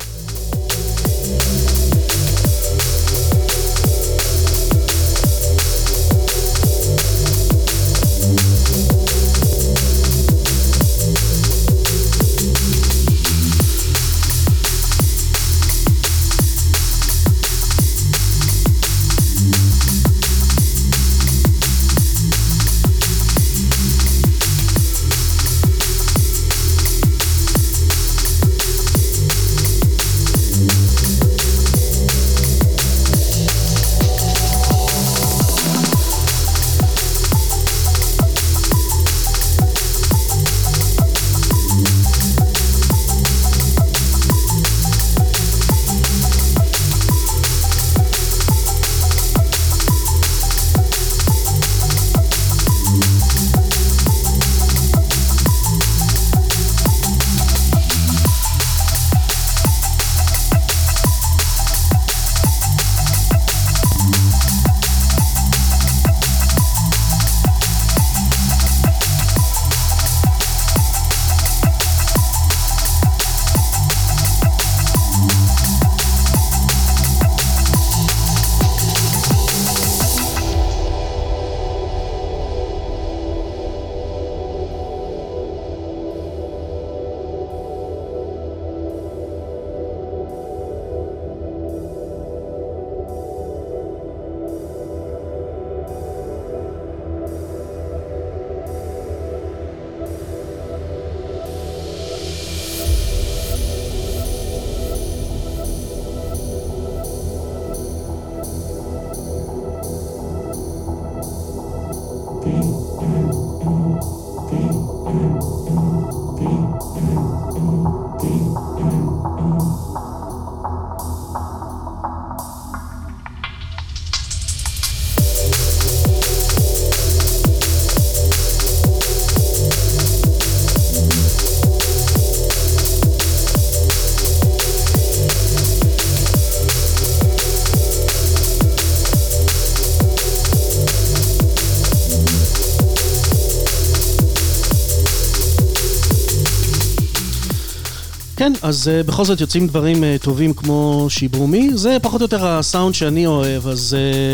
כן, אז בכל זאת יוצאים דברים טובים כמו שיבומי, זה פחות או יותר הסאונד שאני אוהב, אז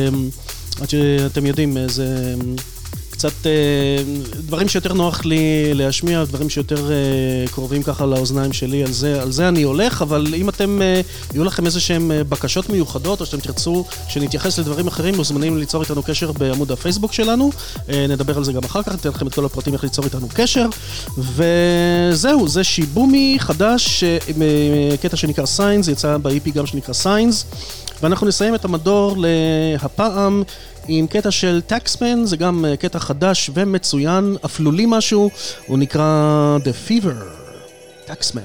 עד שאתם יודעים, זה קצת דברים שיותר נוח לי להשמיע, דברים שיותר קרובים ככה לאוזניים שלי, על זה אני הולך, אבל אם אתם, יהיו לכם איזה שהם בקשות מיוחדות, או שאתם תרצו שנתייחס לדברים אחרים, מוזמנים ליצור איתנו קשר בעמוד הפייסבוק שלנו, נדבר על זה גם אחר כך, ניתן לכם את כל הפרטים איך ליצור איתנו קשר, וזהו, זה שיבומי חדש, קטע שנקרא Signs, יצא ב-EP גם שנקרא Signs, ואנחנו נסיים את המדור להפעם עם קטע של טקסמן, זה גם קטע חדש ומצוין, אפלולי משהו, הוא נקרא The Fever, טקסמן.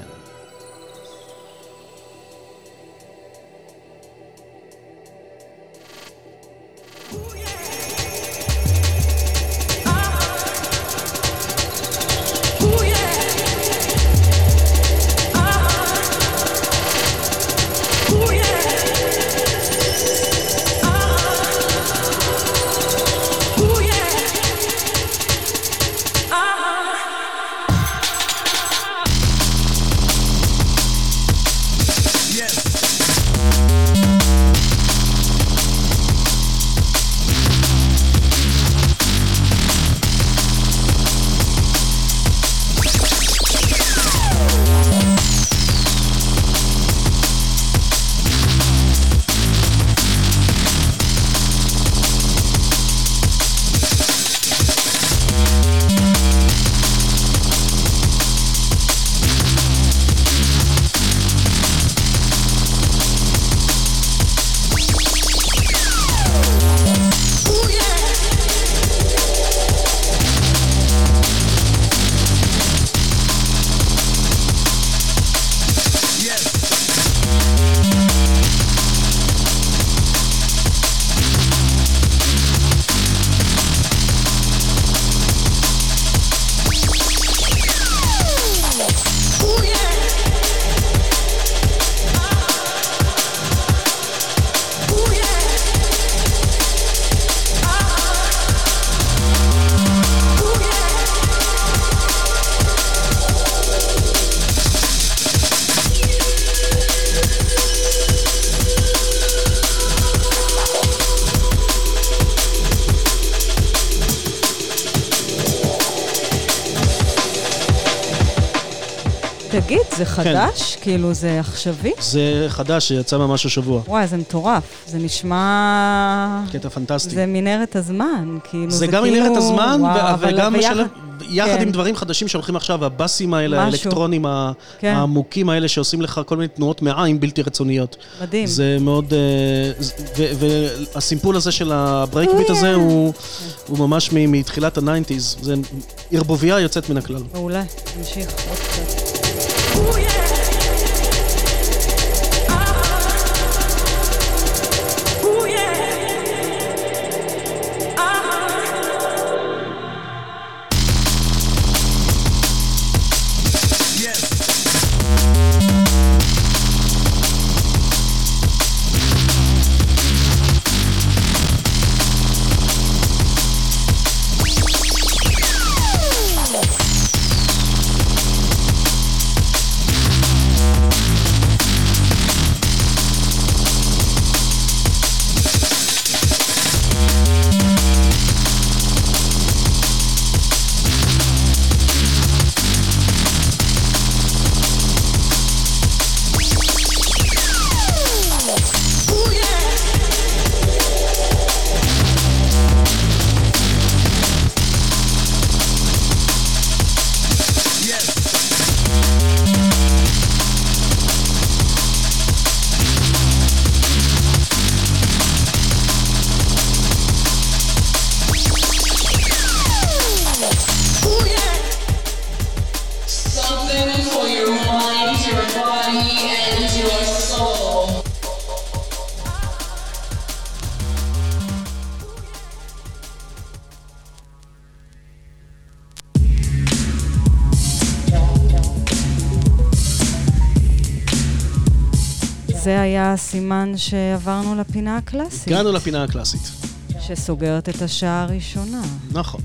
תגיד, זה חדש? כאילו זה עכשווי? זה חדש, שיצא ממש השבוע. וואי, זה מטורף. זה נשמע... קטע פנטסטי. זה מנהרת הזמן, כאילו זה גם מנהרת הזמן, וגם משלב... יחד עם דברים חדשים שהולכים עכשיו, הבאסים האלה, האלקטרונים העמוקים האלה, שעושים לך כל מיני תנועות מעיים בלתי רצוניות. מדהים. זה מאוד... והסימפול הזה של הברייק-ביט הזה, הוא ממש מתחילת ה-90s. זה ערבוביה יוצאת מן הכלל. מעולה, נמשיך עוד קצת. זה היה הסימן שעברנו לפינה הקלאסית. הגענו לפינה הקלאסית. שסוגרת את השעה הראשונה. נכון.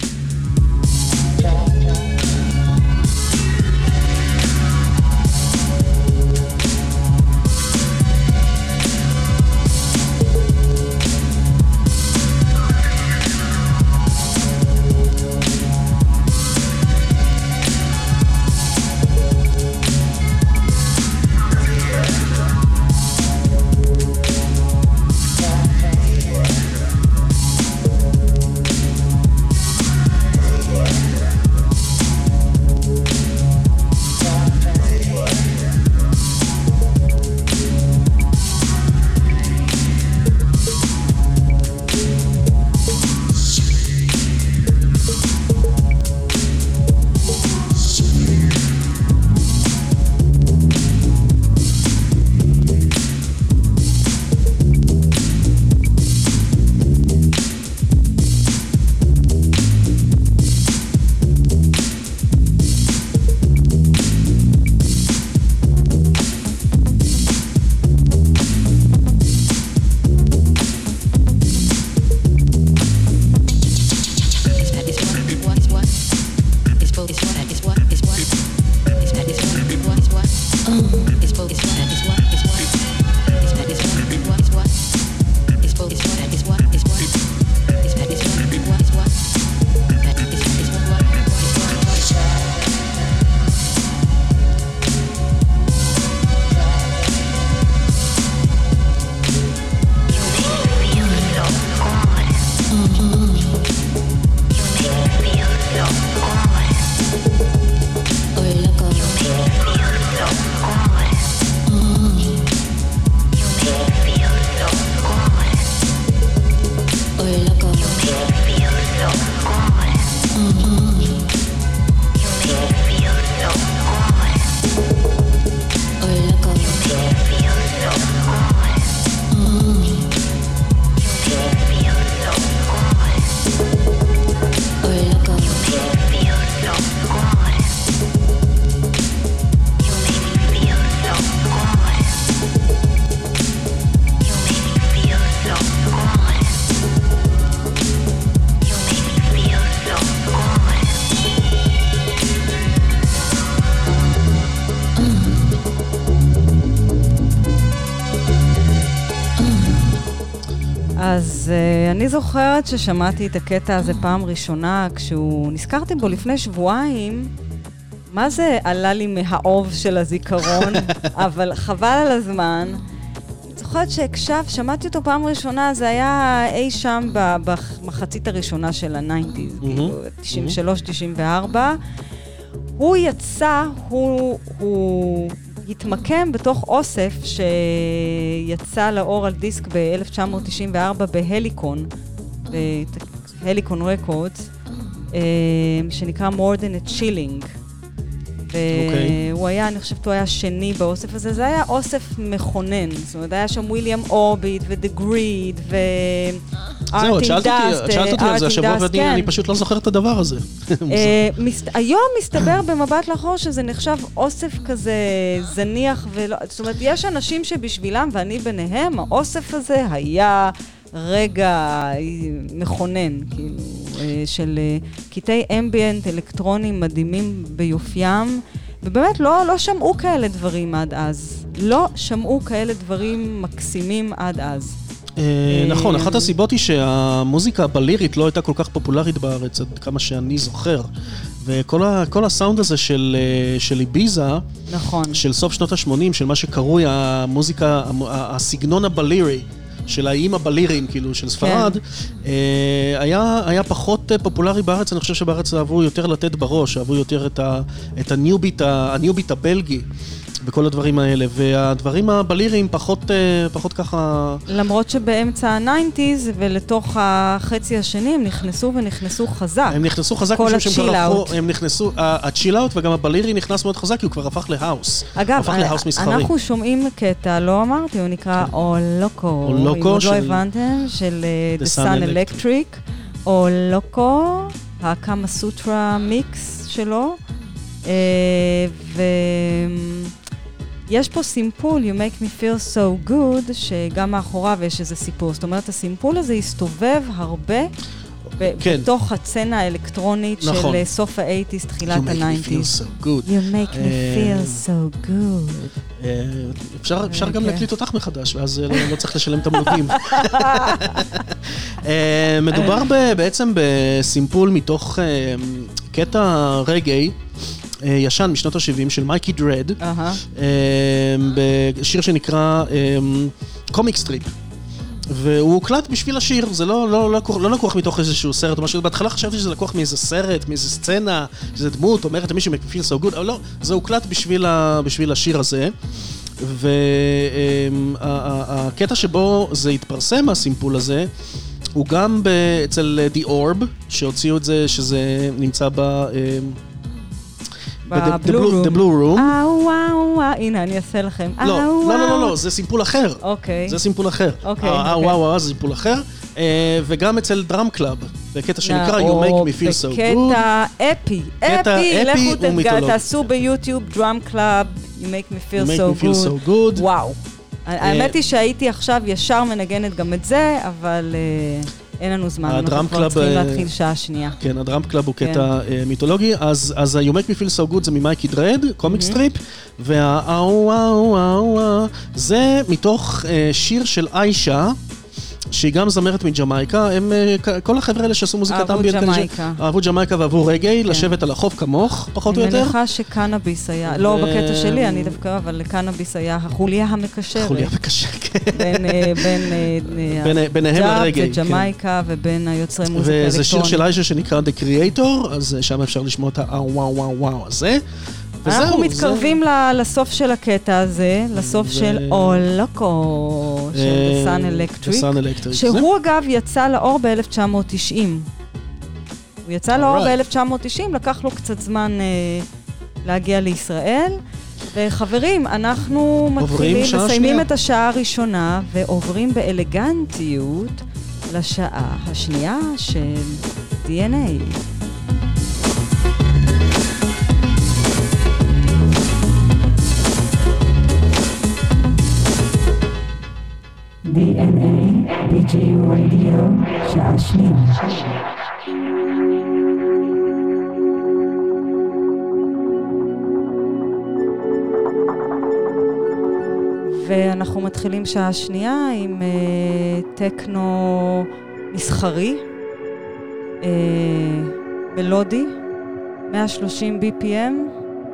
אז אני זוכרת ששמעתי את הקטע הזה פעם ראשונה, כשהוא נזכרתי בו לפני שבועיים, מה זה עלה לי מהאוב של הזיכרון, אבל חבל על הזמן. זוכרת שמעתי אותו פעם ראשונה, זה היה אי שם במחצית הראשונה של ה-90s, כאילו 93-94. הוא יצא, הוא התמקם בתוך אוסף שיצא לאור על דיסק ב-1994 בהליקון, בהליקון רקורדס, שנקרא More Than a Chilling. והוא היה, אני חושבת, הוא היה שני באוסף הזה, זה היה אוסף מכונן, זאת אומרת, היה שם וויליאם אורביט ודה גריד זהו, שאלת אותי על זה השבוע ואני פשוט לא זוכר את הדבר הזה. היום מסתבר במבט לאחור שזה נחשב אוסף כזה זניח, זאת אומרת, יש אנשים שבשבילם, ואני ביניהם, האוסף הזה היה רגע מכונן, כאילו, של קטעי אמביאנט אלקטרונים מדהימים ביופיים, ובאמת לא שמעו כאלה דברים עד אז. לא שמעו כאלה דברים מקסימים עד אז. נכון, אחת הסיבות היא שהמוזיקה הבלירית לא הייתה כל כך פופולרית בארץ, עד כמה שאני זוכר. וכל הסאונד הזה של איביזה, נכון. של סוף שנות ה-80, של מה שקרוי המוזיקה, הסגנון הבלירי, של האיים הבלירים, כאילו, של ספרד, היה פחות פופולרי בארץ. אני חושב שבארץ אהבו יותר לתת בראש, אהבו יותר את הניוביט הבלגי, וכל הדברים האלה, והדברים הבליריים פחות ככה... למרות שבאמצע ה-90s ולתוך החצי השני הם נכנסו חזק. הם נכנסו חזק, כל הצ'יל-אוט. הם נכנסו, הצ'יל-אוט וגם הבלירי נכנס מאוד חזק, כי הוא כבר הפך להאוס. אגב, אנחנו שומעים קטע, לא אמרתי, הוא נקרא אולוקו. אם עוד לא הבנתם, של The Sun Electric, אולוקו, הקאמה סוטרה מיקס שלו, יש פה סימפול, You Make Me Feel So Good, שגם מאחוריו יש איזה סיפור. זאת אומרת, הסימפול הזה הסתובב הרבה בתוך הצנה האלקטרונית של סוף ה-80s, תחילת ה-90s. You Make Me Feel So Good. You Make Me Feel So Good. אפשר גם להקליט אותך מחדש, ואז לא צריך לשלם את המלוגים. מדובר בעצם בסימפול מתוך קטע רגעי, ישן משנות ה-70 של מייקי דרד, בשיר שנקרא קומיק סטריפ. והוא הוקלט בשביל השיר, זה לא לקוח מתוך איזשהו סרט או משהו. בהתחלה חשבתי שזה לקוח מאיזה סרט, מאיזה סצנה, שזה דמות, אומרת מישהו make me feel so good, אבל לא, זה הוקלט בשביל השיר הזה. והקטע שבו זה התפרסם, הסימפול הזה, הוא גם אצל The Orb, שהוציאו את זה, שזה נמצא The Blue Room. הנה, אני אעשה לכם. לא, זה סימפול אחר. אוקיי. זה סימפול אחר. זה סימפול אחר. וגם אצל דראם קלאב, בקטע שנקרא You Make Me Feel So Good. בקטע אפי. לכו תעשו ביוטיוב דראם קלאב, You Make Me Feel So Good. וואו. האמת היא שהייתי עכשיו ישר מנגנת גם את זה, אבל... אין לנו זמן, אנחנו כבר צריכים להתחיל שעה שנייה. כן, הדראם קלאב הוא קטע מיתולוגי, אז You Make Me Feel So Good זה ממייקי דרד, קומיק סטריפ, זה מתוך שיר של איישה, שהיא גם זמרת מג'מייקה, כל החבר'ה האלה שעשו מוזיקת אמביאנט, אהבו ג'מייקה ואהבו רגעי, לשבת על החוף כמוך, פחות או יותר. אני מניחה שקנאביס היה, לא בקטע שלי, אני דווקא, אבל לקנאביס היה החוליה המקשרת. החוליה המקשרת, כן. בין הרגעי וג'מייקה ובין היוצרי מוזיקה אלקטרונית. וזה שיר של איישה שנקרא The Creator, אז שם אפשר לשמוע את וואו הזה. אנחנו מתקרבים לסוף של הקטע הזה, לסוף של אולוקו, של The Sun Electric, שהוא אגב יצא לאור ב-1990. הוא יצא לאור ב-1990, לקח לו קצת זמן להגיע לישראל, וחברים, אנחנו מסיימים את השעה הראשונה, ועוברים באלגנטיות לשעה השנייה של DNA. DNA, BGU Radio, שעה שנייה. ואנחנו מתחילים שעה שנייה עם טקנו מסחרי, מלודי, 130 BPM,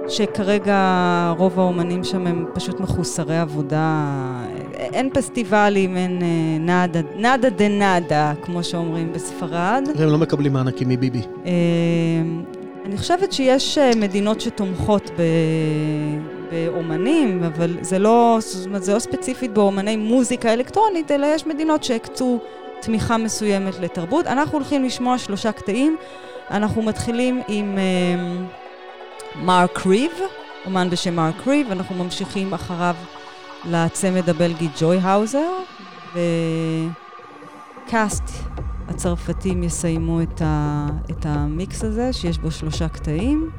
שכרגע רוב האומנים שם הם פשוט מחוסרי עבודה, אין פסטיבלים, אין נאדה דה נאדה, כמו שאומרים בספרד. והם לא מקבלים מענקים מביבי. אני חושבת שיש מדינות שתומכות באומנים, אבל זה לא ספציפית באומני מוזיקה אלקטרונית, אלא יש מדינות שהקצו תמיכה מסוימת לתרבות. אנחנו הולכים לשמוע 3 קטעים. אנחנו מתחילים עם מרק ריב, אומן בשם מרק ריב, ואנחנו ממשיכים אחריו לצמד הבלגי ג'וי האוזר, וקאסט הצרפתים יסיימו את המיקס הזה, שיש בו 3 קטעים.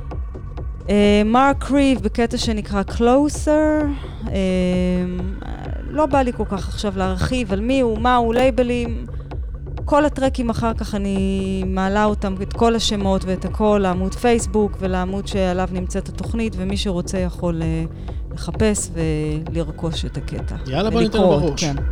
מרק ריב בקטע שנקרא Closer, לא בא לי כל כך עכשיו להרחיב על מי הוא, מה הוא, לייבלים, כל הטרקים אחר כך אני מעלה אותם, את כל השמות ואת הכל, לעמוד פייסבוק ולעמוד שעליו נמצאת התוכנית, ומי שרוצה יכול לחפש ולרכוש את הקטע. יאללה, בוא ניתן בראש. כן.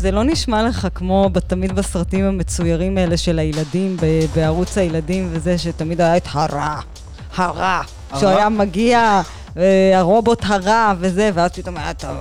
זה לא נשמע לך כמו תמיד בסרטים המצוירים האלה של הילדים, בערוץ הילדים וזה, שתמיד היה את הרע, שהוא היה מגיע, הרובוט הרע וזה, ואז פתאום היה את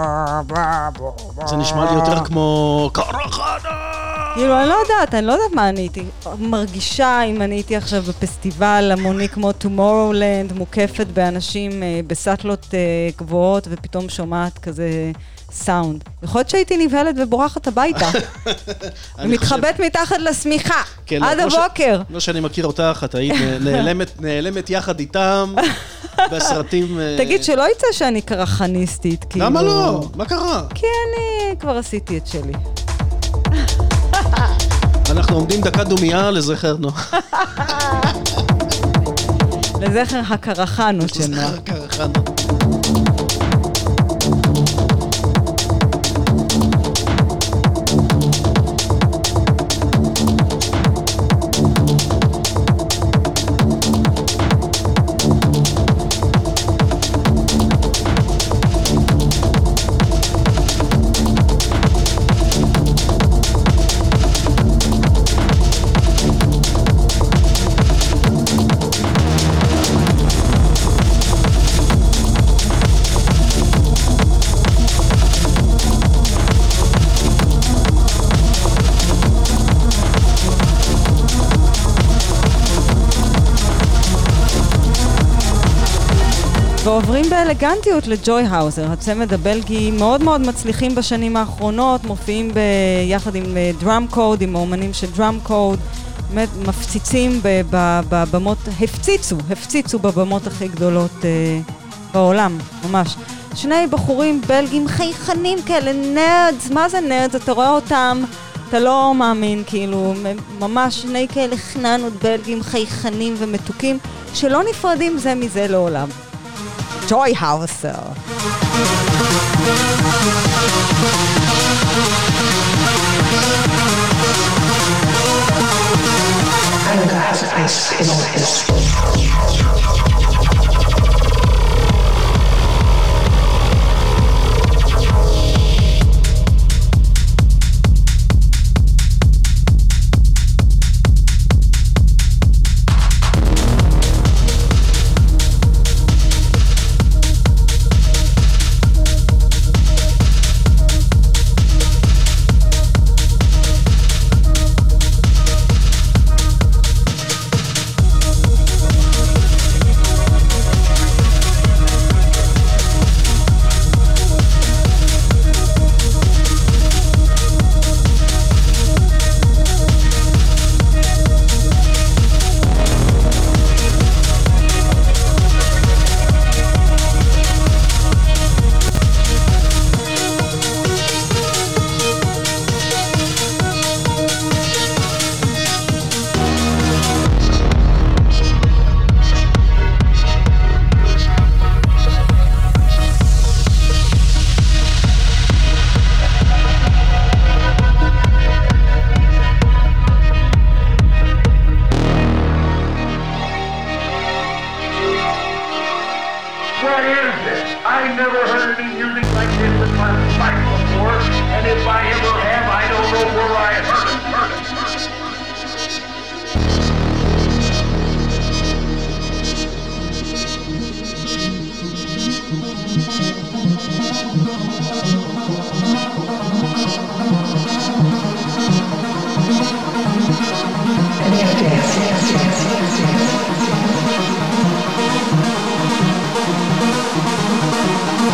זה נשמע לי יותר כמו קרחנה. כאילו, אני לא יודעת מה אני הייתי מרגישה אם אני הייתי עכשיו בפסטיבל המוני כמו טומורולנד, מוקפת באנשים בסטלות גבוהות, ופתאום שומעת כזה סאונד. יכול להיות שהייתי נבהלת ובורחת הביתה. ומתחבאת מתחת לשמיכה, עד הבוקר. לא שאני מכיר אותך, את היית נעלמת יחד איתם בסרטים... תגיד שלא יצא שאני קרחניסטית. למה לא? מה קרה? כי אני כבר עשיתי את שלי. אנחנו עומדים דקה דומיה לזכר נוח. לזכר הקרחנו של נוח. לזכר הקרחנו. ועוברים באלגנטיות לג'וי האוזר, הצמד הבלגי מאוד מאוד מצליחים בשנים האחרונות, מופיעים ביחד עם דראם קוד, עם האומנים של דראם קוד, באמת מפציצים בבמות, הפציצו בבמות הכי גדולות בעולם, ממש. שני בחורים בלגים חייכנים כאלה, נרדס, מה זה נרדס? אתה רואה אותם, אתה לא מאמין, כאילו, ממש שני כאלה חננות בלגים חייכנים ומתוקים, שלא נפרדים זה מזה לעולם. Joy Hauser. Anger has a place in all history.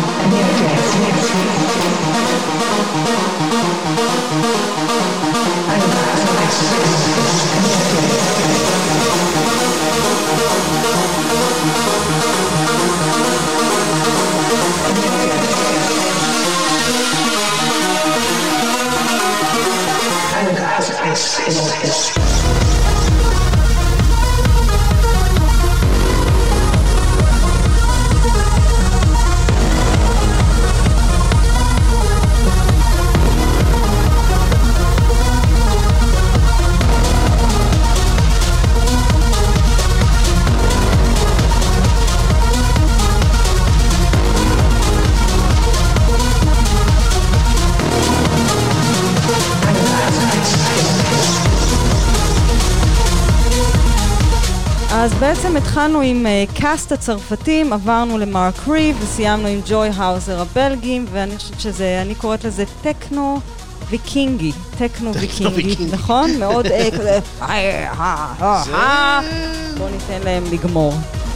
I בעצם התחלנו עם קאסט הצרפתים, עברנו למרק ריב וסיימנו עם ג'וי האוזר הבלגים, ואני חושבת שזה, אני קוראת לזה טכנו ויקינגי, טכנו ויקינגי, נכון? מאוד כזה, בואו ניתן להם לגמור.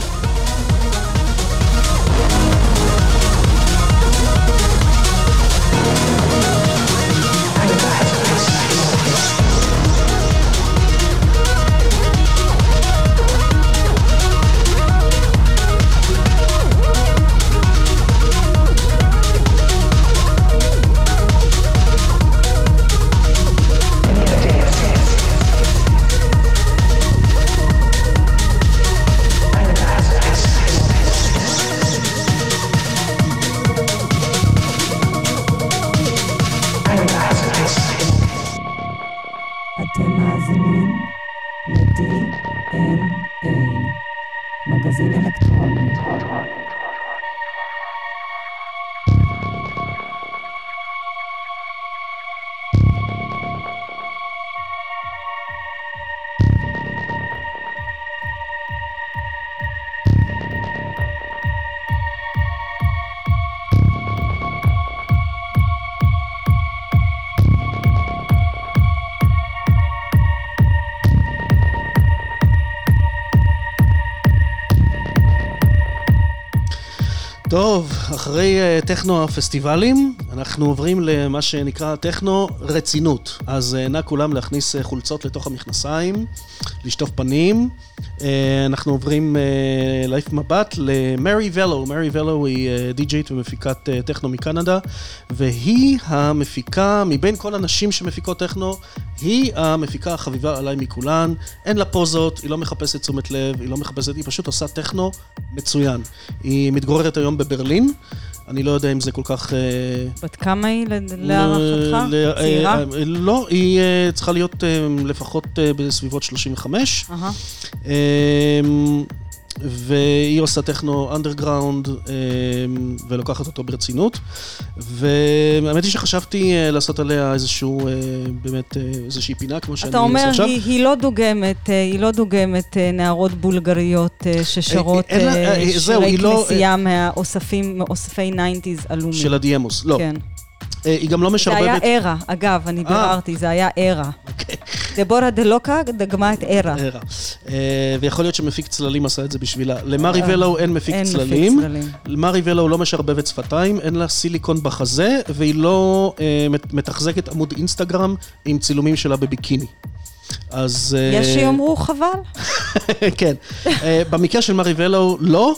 אתם מאזינים ל-DNA, מגזין אלקטרוני. טוב, אחרי טכנו הפסטיבלים, אנחנו עוברים למה שנקרא טכנו רצינות. אז נא כולם להכניס חולצות לתוך המכנסיים, לשטוף פנים. אנחנו עוברים להעיף מבט למרי ולו. מרי ולו היא די-ג'יית ומפיקת טכנו מקנדה, והיא המפיקה, מבין כל הנשים שמפיקות טכנו, היא המפיקה החביבה עליי מכולן. אין לה פוזות, היא לא מחפשת תשומת לב, היא לא מחפשת, היא פשוט עושה טכנו מצוין. היא מתגוררת היום בברלין, אני לא יודע אם זה כל כך... בת כמה היא להערכתך? צעירה? לא, היא צריכה להיות לפחות בסביבות 35. והיא עושה טכנו אנדרגראונד ולוקחת אותו ברצינות, והאמת היא שחשבתי לעשות עליה איזשהו, באמת איזושהי פינה כמו שאני עושה עכשיו. אתה אומר, היא לא דוגמת נערות בולגריות ששרות שירי כנסייה מאוספי 90s אלומים. של הדיאמוס, לא. כן. היא גם לא משרבבת... זה היה ערה, אגב, אני ביררתי, זה היה ערה. דבורה דלוקה דגמה את ערה. ויכול להיות שמפיק צללים עשה את זה בשבילה. למרי ולו אין מפיק צללים. למרי ולו לא משרבבת שפתיים, אין לה סיליקון בחזה, והיא לא מתחזקת עמוד אינסטגרם עם צילומים שלה בביקיני. אז... יש שיאמרו חבל? כן. במקרה של מרי ולו, לא.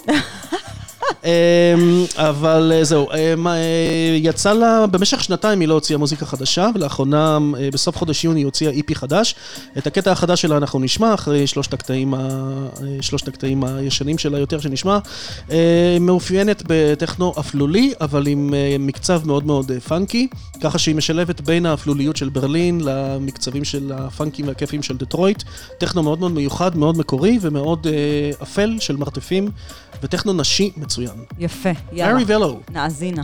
אבל זהו, יצא לה, במשך שנתיים היא לא הוציאה מוזיקה חדשה, ולאחרונה בסוף חודש יוני היא הוציאה איפי חדש. את הקטע החדש שלה אנחנו נשמע, אחרי שלושת הקטעים הישנים שלה יותר שנשמע. מאופיינת בטכנו אפלולי, אבל עם מקצב מאוד מאוד פאנקי, ככה שהיא משלבת בין האפלוליות של ברלין למקצבים של הפאנקים והכיפים של דטרויט. טכנו מאוד מאוד מיוחד, מאוד מקורי ומאוד אפל של מרתפים, וטכנו נשי מצוין. יפה, יאללה. מרי ולו. נאזינה.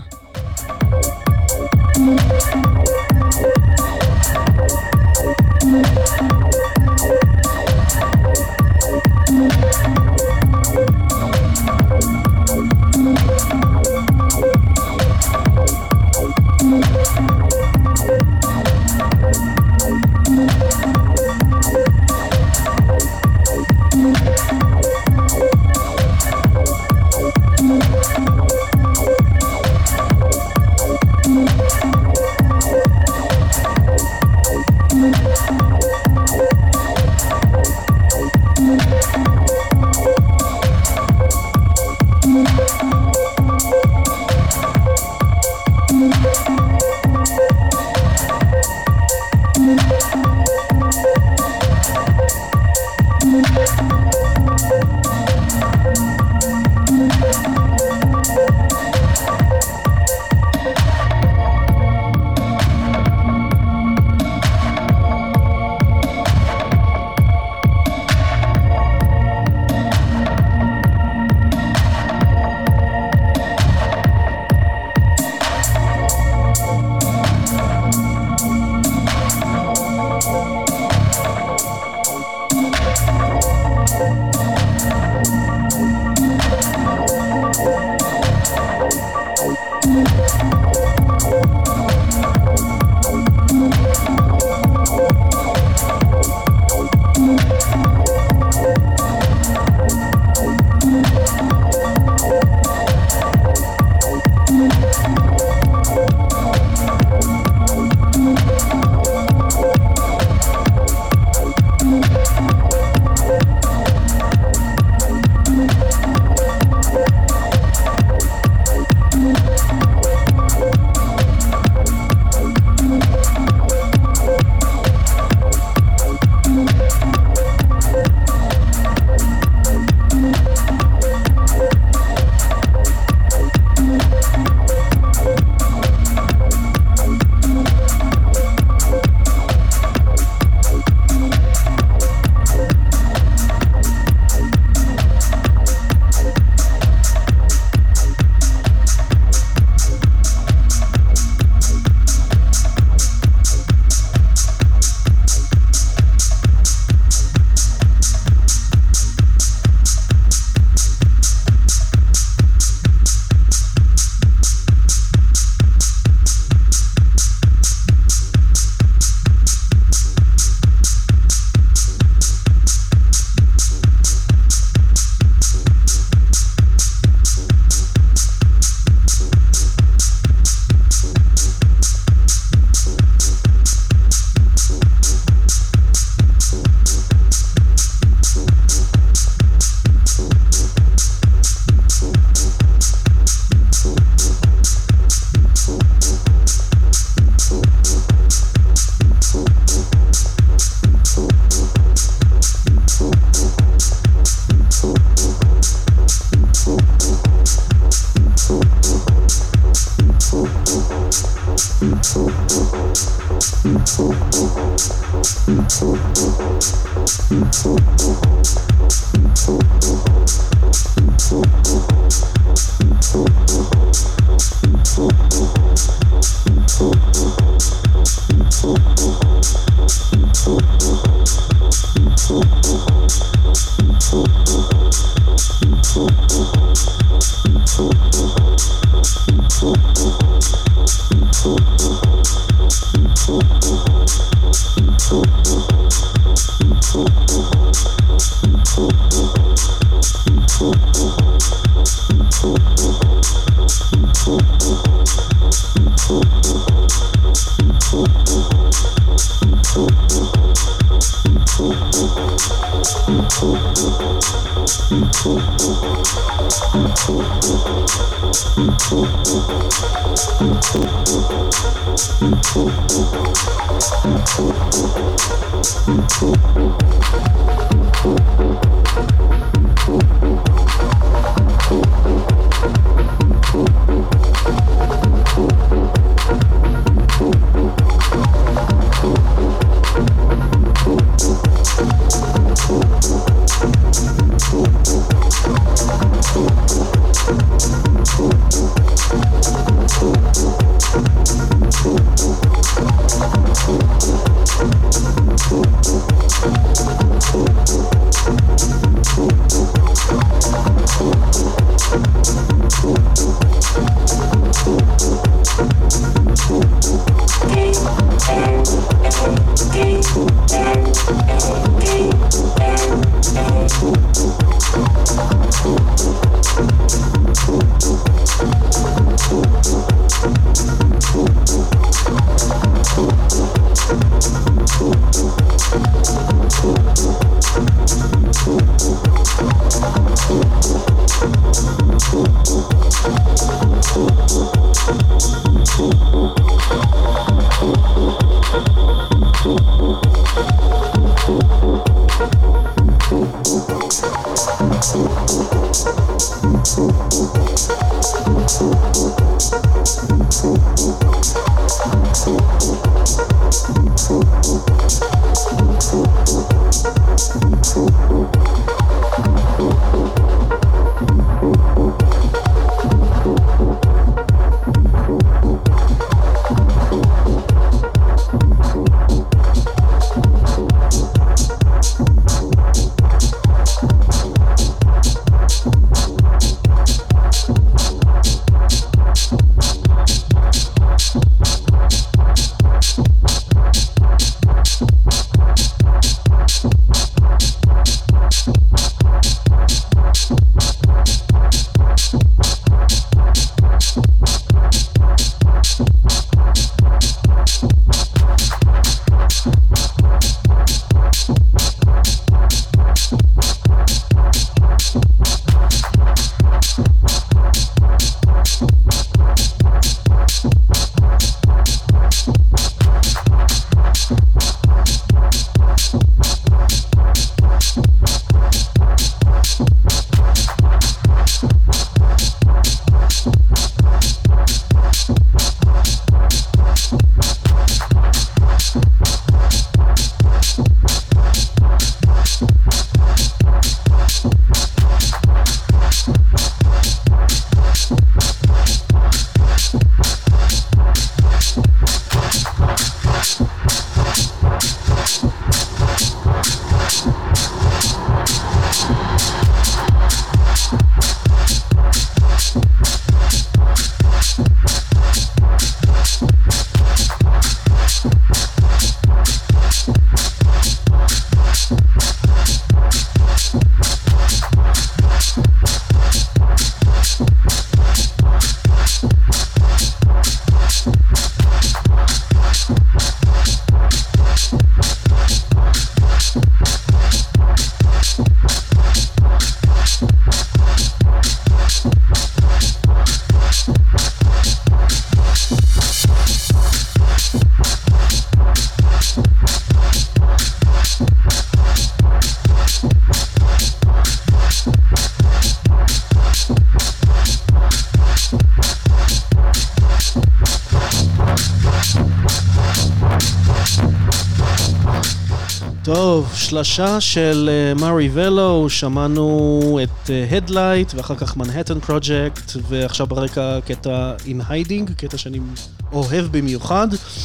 טוב, שלשה של מארי ולו, שמענו את Headlight ואחר כך Manhattan Project, ועכשיו ברקע קטע In Hiding, קטע שאני אוהב במיוחד.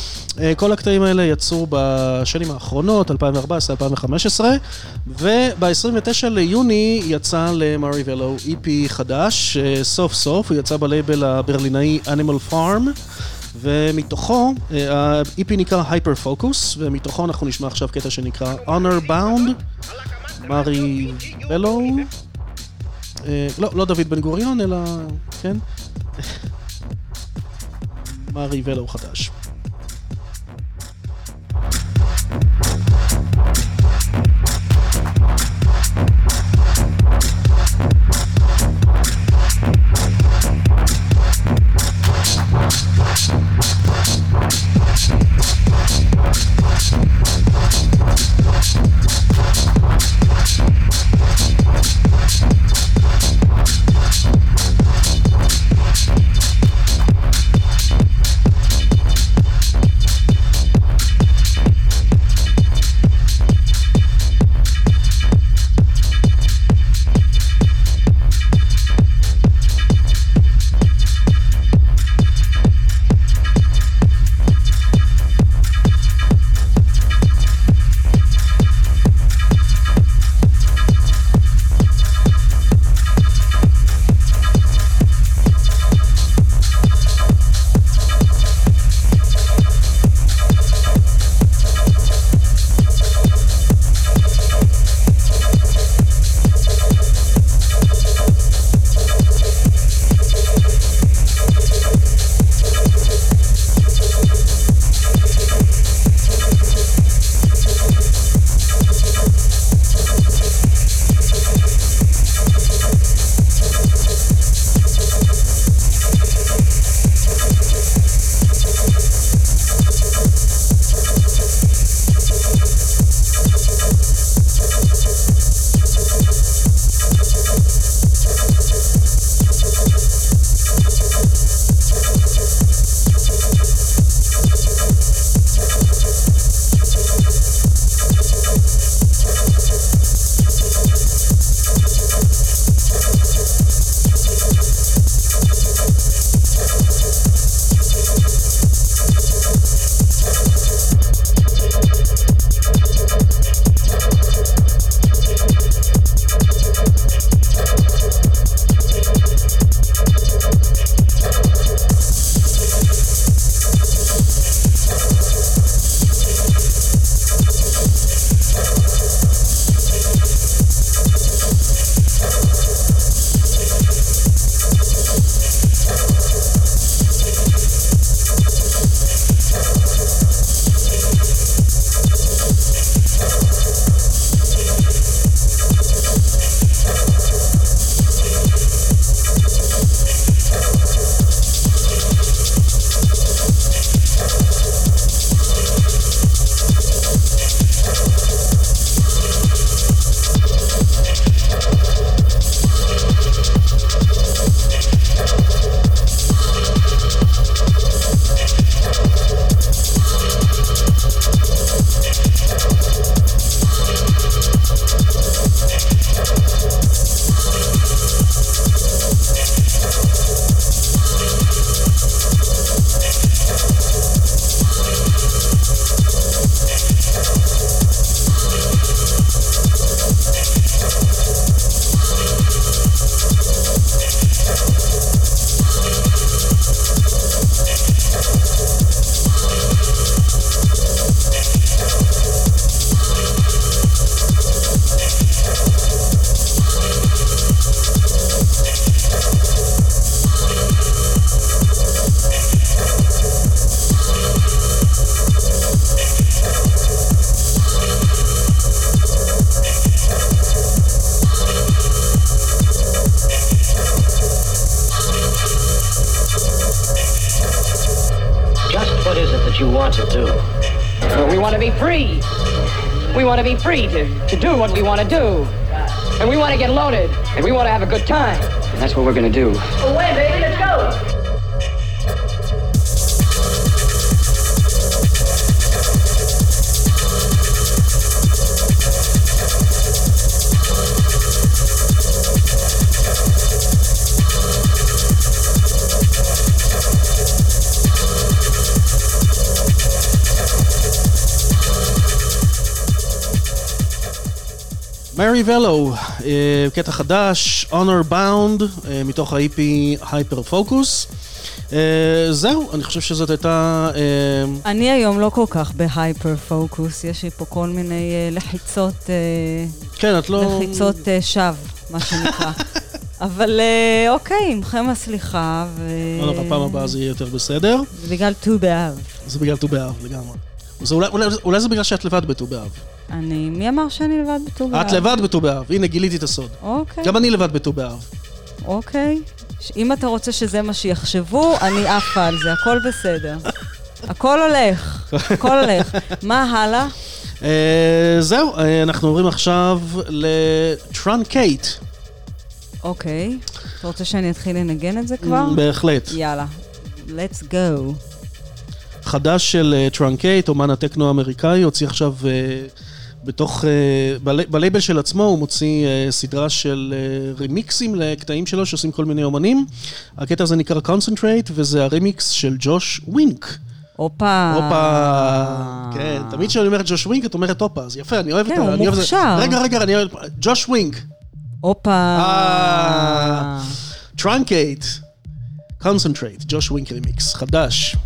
כל הקטעים האלה יצאו בשנים האחרונות, 2014-2015, וב-29 ליוני יצא למארי ולו EP חדש, סוף סוף, הוא יצא בלייבל הברלינאי Animal Farm, ומתוכו, ה-EP נקרא Hyper Focus, ומתוכו אנחנו נשמע עכשיו קטע שנקרא Honor Bound, מארי ולו, לא דוד בן גוריון, אלא, כן, מארי ולו חדש. what you want to do. We want to be free. We want to be free to do what we want to do. And we want to get loaded. And we want to have a good time. And that's what we're going to do. Away, baby, let's go. מרי ולו, קטע חדש, Honor Bound, מתוך ה-EP Hyper Focus. זהו, אני חושב שזאת הייתה... אני היום לא כל כך בהייפר פוקוס, יש לי פה כל מיני לחיצות... כן, את לא... לחיצות שווא, מה שנקרא. אבל אוקיי, עמכם הסליחה ו... הפעם הבאה זה יהיה יותר בסדר. זה בגלל ט"ו באב. זה בגלל ט"ו באב, לגמרי. אולי זה בגלל שאת לבד בט"ו באב. מי אמר שאני לבד בט"ו באב? את לבד בט"ו באב, הנה גיליתי את הסוד. אוקיי. גם אני לבד בט"ו באב. אוקיי. אם אתה רוצה שזה מה שיחשבו, אני עפה על זה, הכל בסדר. הכל הולך, הכל הולך. מה הלאה? זהו, אנחנו עוברים עכשיו לטרנקייט. אוקיי. אתה רוצה שאני אתחיל לנגן את זה כבר? בהחלט. יאללה. Let's go. חדש של טרנקייט, אומן הטכנו האמריקאי, הוציא עכשיו בתוך, בלייבל של עצמו, הוא מוציא סדרה של רימיקסים לקטעים שלו, שעושים כל מיני אומנים. הקטע הזה נקרא Concentrate, וזה הרימיקס של ג'וש ווינק. אופה. כן, תמיד כשאני אומרת ג'וש ווינק, את אומרת אופה, אז יפה, אני אוהב את זה. כן, הוא מוכשר. רגע, אני אוהב, ג'וש ווינק. אופה. טרנקייט, Concentrate, ג'וש ווינק רימיקס, חדש.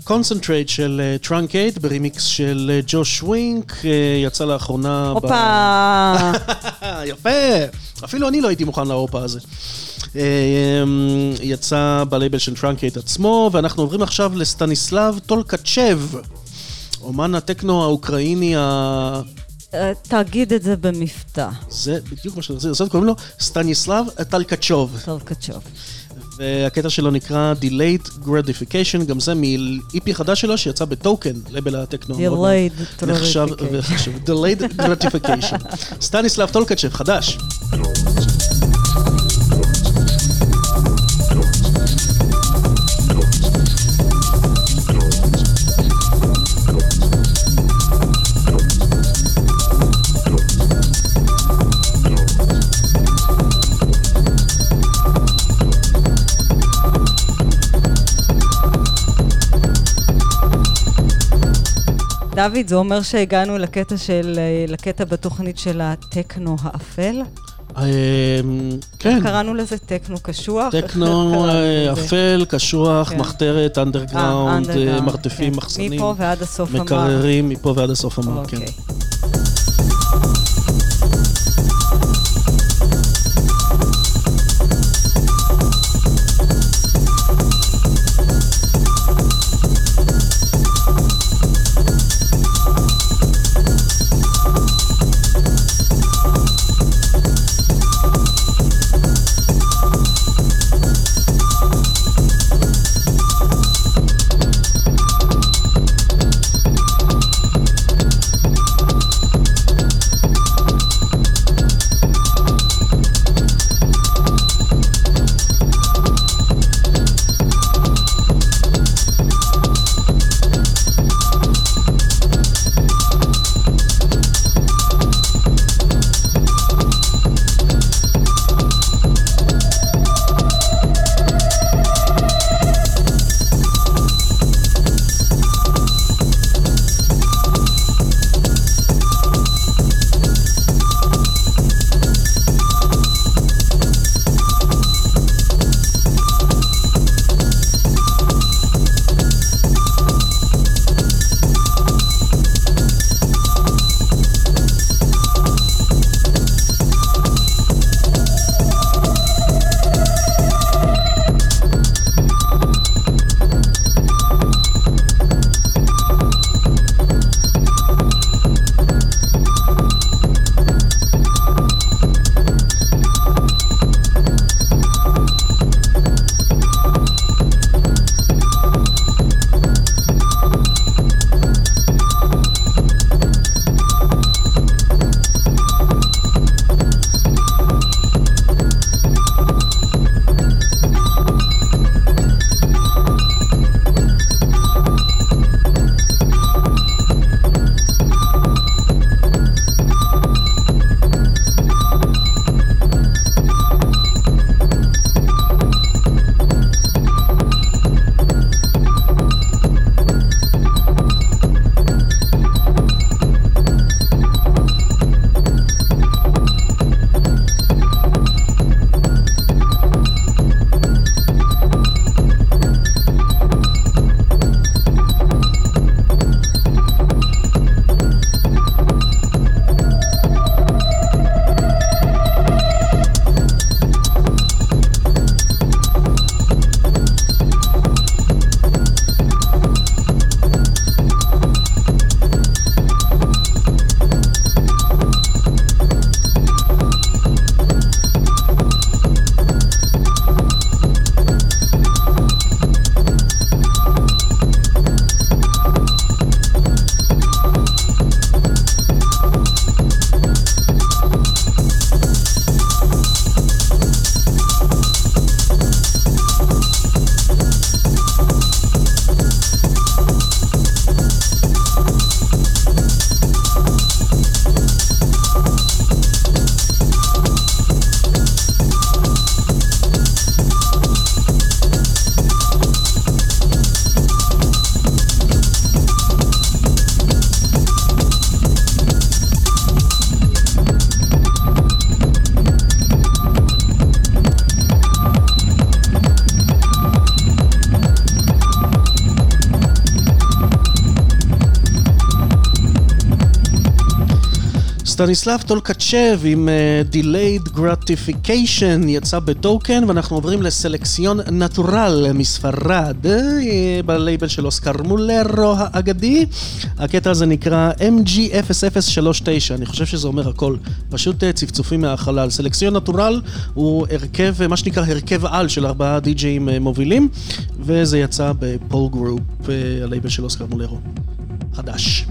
Concentrate של טרנקייט ברימיקס של ג'וש ווינק, יצא לאחרונה... הופה! יפה! אפילו אני לא הייתי מוכן לאירופה הזה. יצא בלייבל של טרנקייט עצמו, ואנחנו עוברים עכשיו לסטניסלב טולקצ'ב, אומן הטכנו האוקראיני תגיד את זה במבטא. זה בדיוק מה שרציתי לעשות, קוראים לו סטניסלב טולקצ'וב. טולקצ'וב. והקטע שלו נקרא Delayed Gratification, גם זה מ-EP חדש שלו שיצא בטוקן, לבל הטכנו. Delayed Gratification. Delayed Gratification. סטניסלב טולקצ'ב, חדש. דוד, זה אומר שהגענו לקטע בתוכנית של הטכנו האפל? כן. קראנו לזה טכנו קשוח? טכנו אפל, קשוח, מחתרת, אנדרגראונד, מרתפים, מחסנים. מפה ועד הסוף אמר. מקררים, מפה ועד הסוף אמר, כן. סטניסלב טולקצ'ב עם Delayed Gratification יצא בטוקן, ואנחנו עוברים לסלקציון נטורל מספרד בלייבל של אוסקר מולרו האגדי. הקטע הזה נקרא MG0039, אני חושב שזה אומר הכל, פשוט צפצופים מהחלל. סלקציון נטורל הוא הרכב, מה שנקרא הרכב על של 4 די-ג'יים מובילים, וזה יצא בפול גרופ, הלייבל של אוסקר מולרו חדש.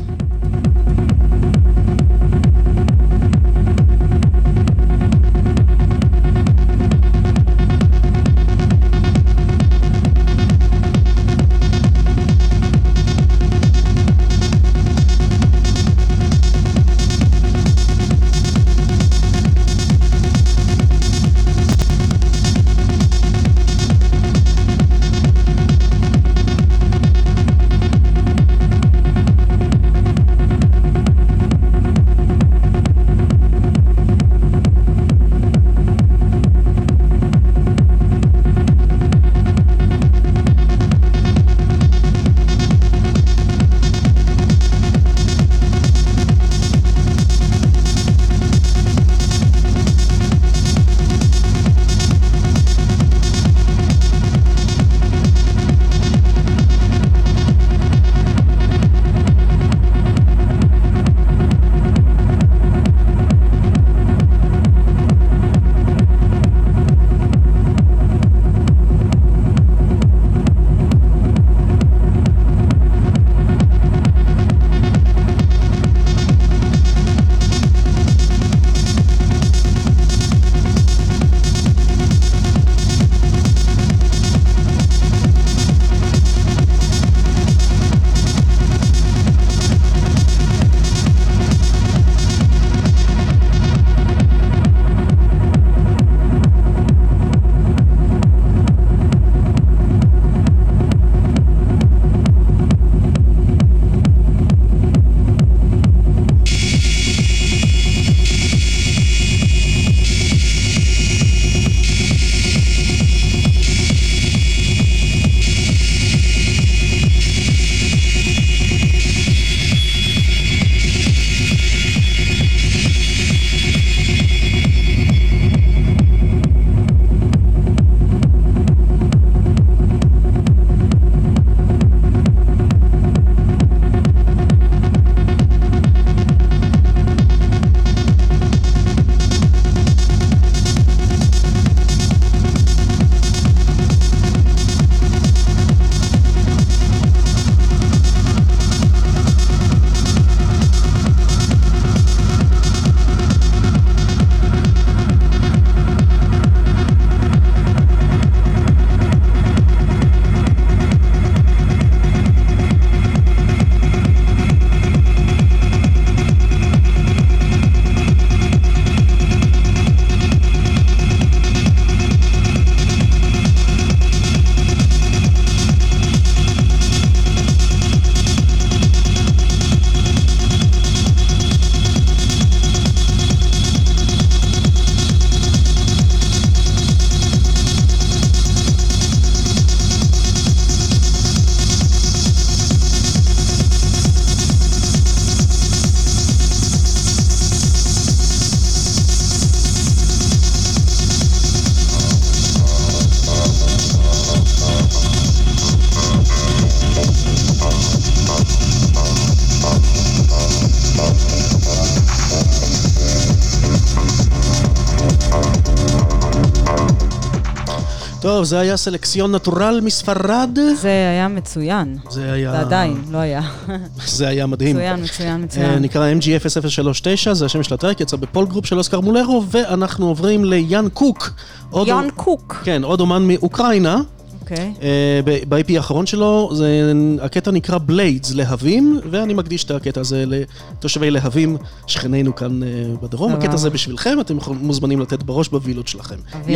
טוב, זה היה סלקציון נטורל מספרד. זה היה מצוין. זה היה... זה עדיין, לא היה. זה היה מדהים. מצוין, מצוין, מצוין. נקרא MG0039, זה השם של הטרק, יצא בפול גרופ של אוסקר מולרו, ואנחנו עוברים ליאן קוק. יאן קוק. כן, עוד אומן מאוקראינה. אוקיי. ב-IP האחרון שלו, הקטע נקרא בליידס, להבים, ואני מקדיש את הקטע הזה לתושבי להבים, שכנינו כאן בדרום. הקטע הזה בשבילכם, אתם מוזמנים לתת בראש בווילות שלכם.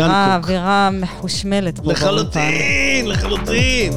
אווירה מחושמלת. לחלוטין, לחלוטין.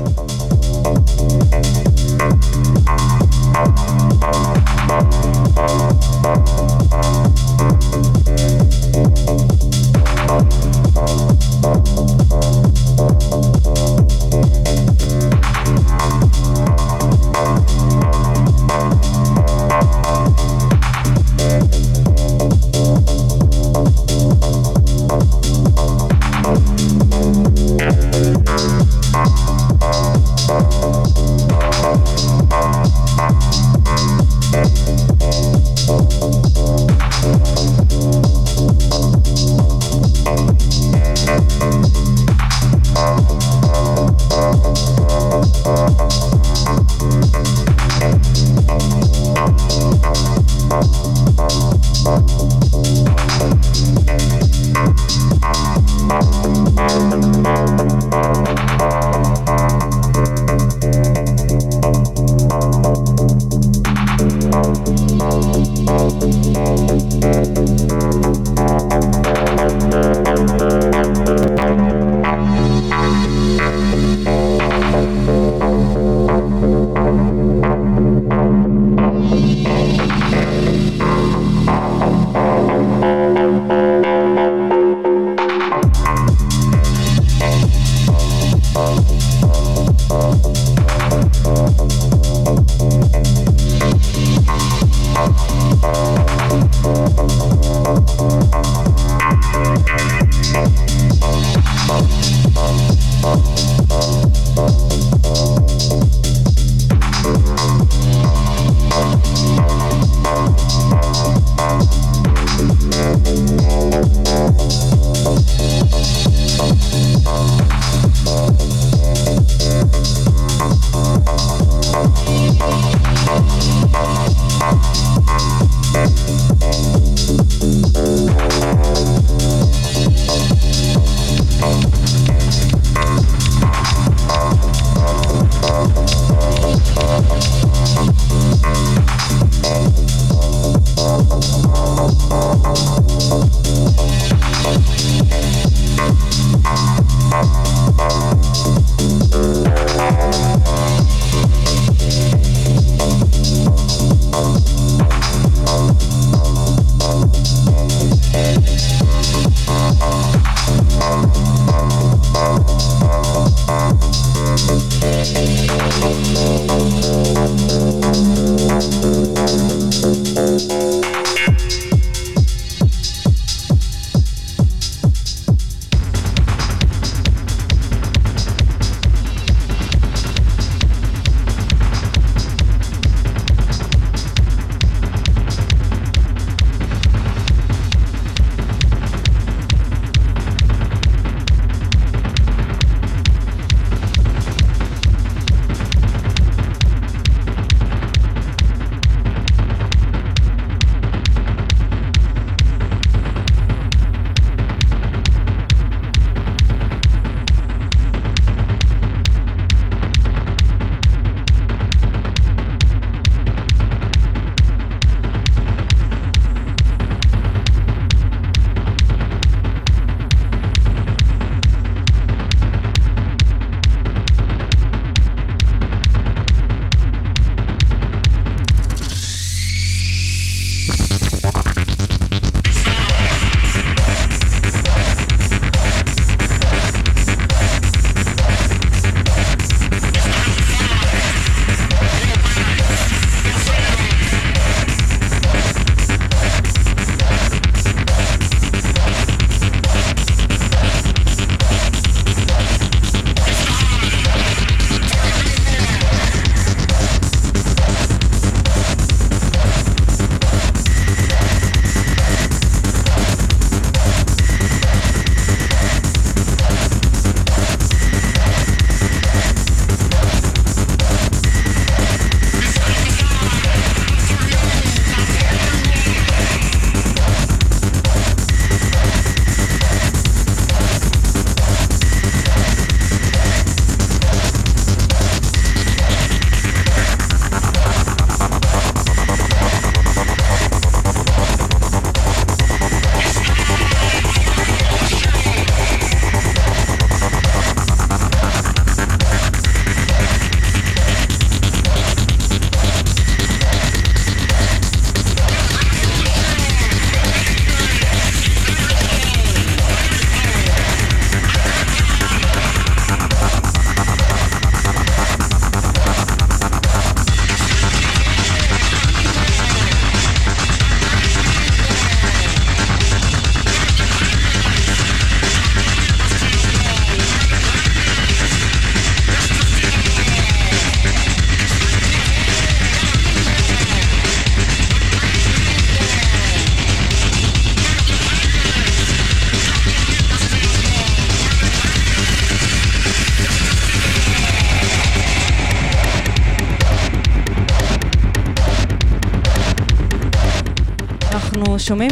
אנחנו שומעים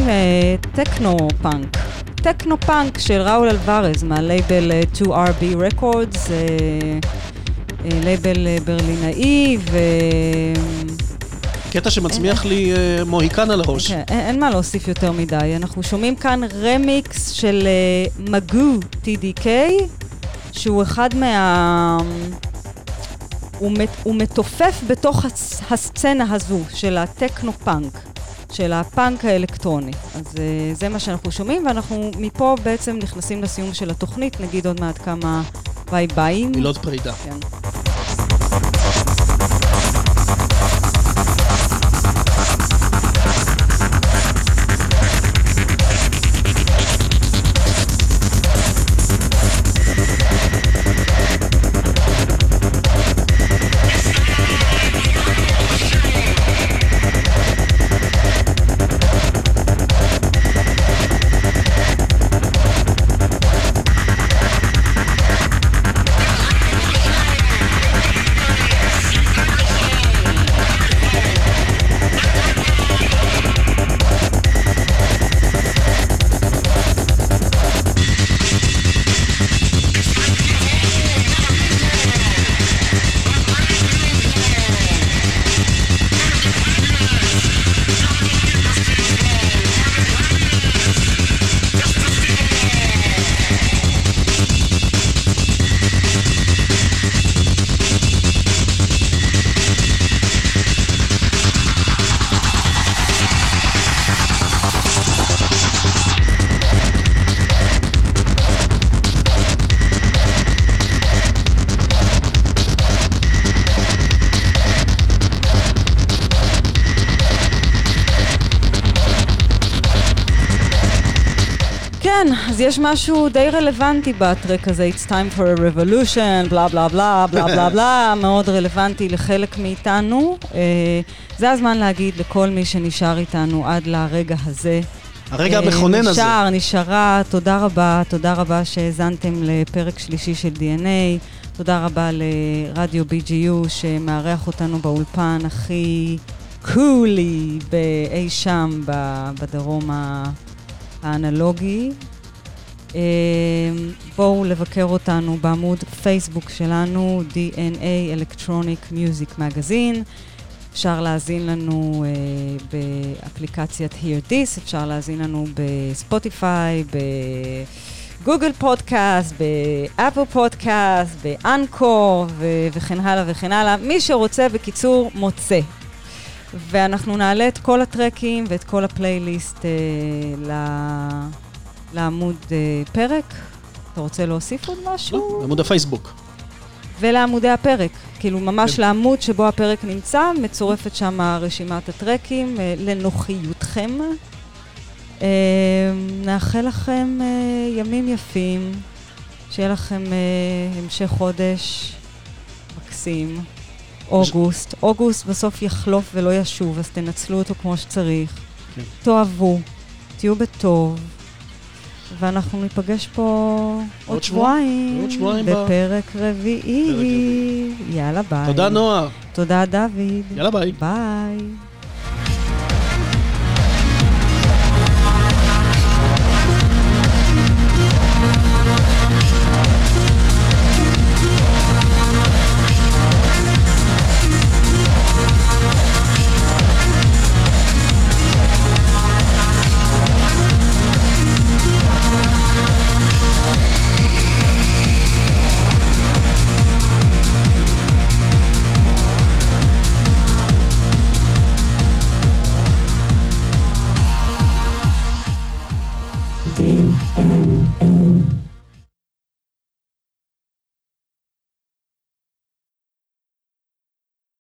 טכנו-פאנק. טכנו-פאנק של ראול אלוורז מהלייבל 2RB Records, לייבל ברלינאי, קטע שמצמיח לי מוהיקן על הראש. אין מה להוסיף יותר מדי. אנחנו שומעים כאן רמיקס של מגו TDK, שהוא אחד הוא מתופף בתוך הסצנה הזו של הטכנו-פאנק, של הפאנק האלקטרוני. אז זה מה שאנחנו שומעים, ואנחנו מפה בעצם נכנסים לסיום של התוכנית, נגיד עוד מעט כמה ביי ביים. מילות פרידה. כן. כן, אז יש משהו די רלוונטי בטרק הזה, It's time for a revolution, בלה בלה בלה, בלה בלה בלה, מאוד רלוונטי לחלק מאיתנו. זה הזמן להגיד לכל מי שנשאר איתנו עד לרגע הזה. הרגע המכונן הזה. נשארה, תודה רבה שהזנתם לפרק שלישי של DNA, תודה רבה לרדיו BGU שמארח אותנו באולפן הכי קולי באי שם בדרום האנלוגי. בואו לבקר אותנו בעמוד פייסבוק שלנו, DNA Electronic Music Magazine. אפשר להזין לנו באפליקציית Hear This, אפשר להזין לנו בספוטיפיי, בגוגל פודקאסט, באפל פודקאסט, באנקור וכן הלאה וכן הלאה. מי שרוצה בקיצור מוצא. ואנחנו נעלה את כל הטרקים ואת כל הפלייליסט לעמוד פרק. אתה רוצה להוסיף עוד משהו? לא, לעמוד הפייסבוק. ולעמודי הפרק. כאילו ממש לעמוד שבו הפרק נמצא, מצורפת שם רשימת הטרקים לנוחיותכם. נאחל לכם ימים יפים, שיהיה לכם המשך חודש מקסים. אוגוסט בסוף יחלוף ולא ישוב, אז תנצלו אותו כמו שצריך. כן. תאהבו, תהיו בטוב, ואנחנו ניפגש פה עוד שבועיים בפרק רביעי. יאללה ביי. תודה נועה. תודה דוד. יאללה ביי. ביי. DNA.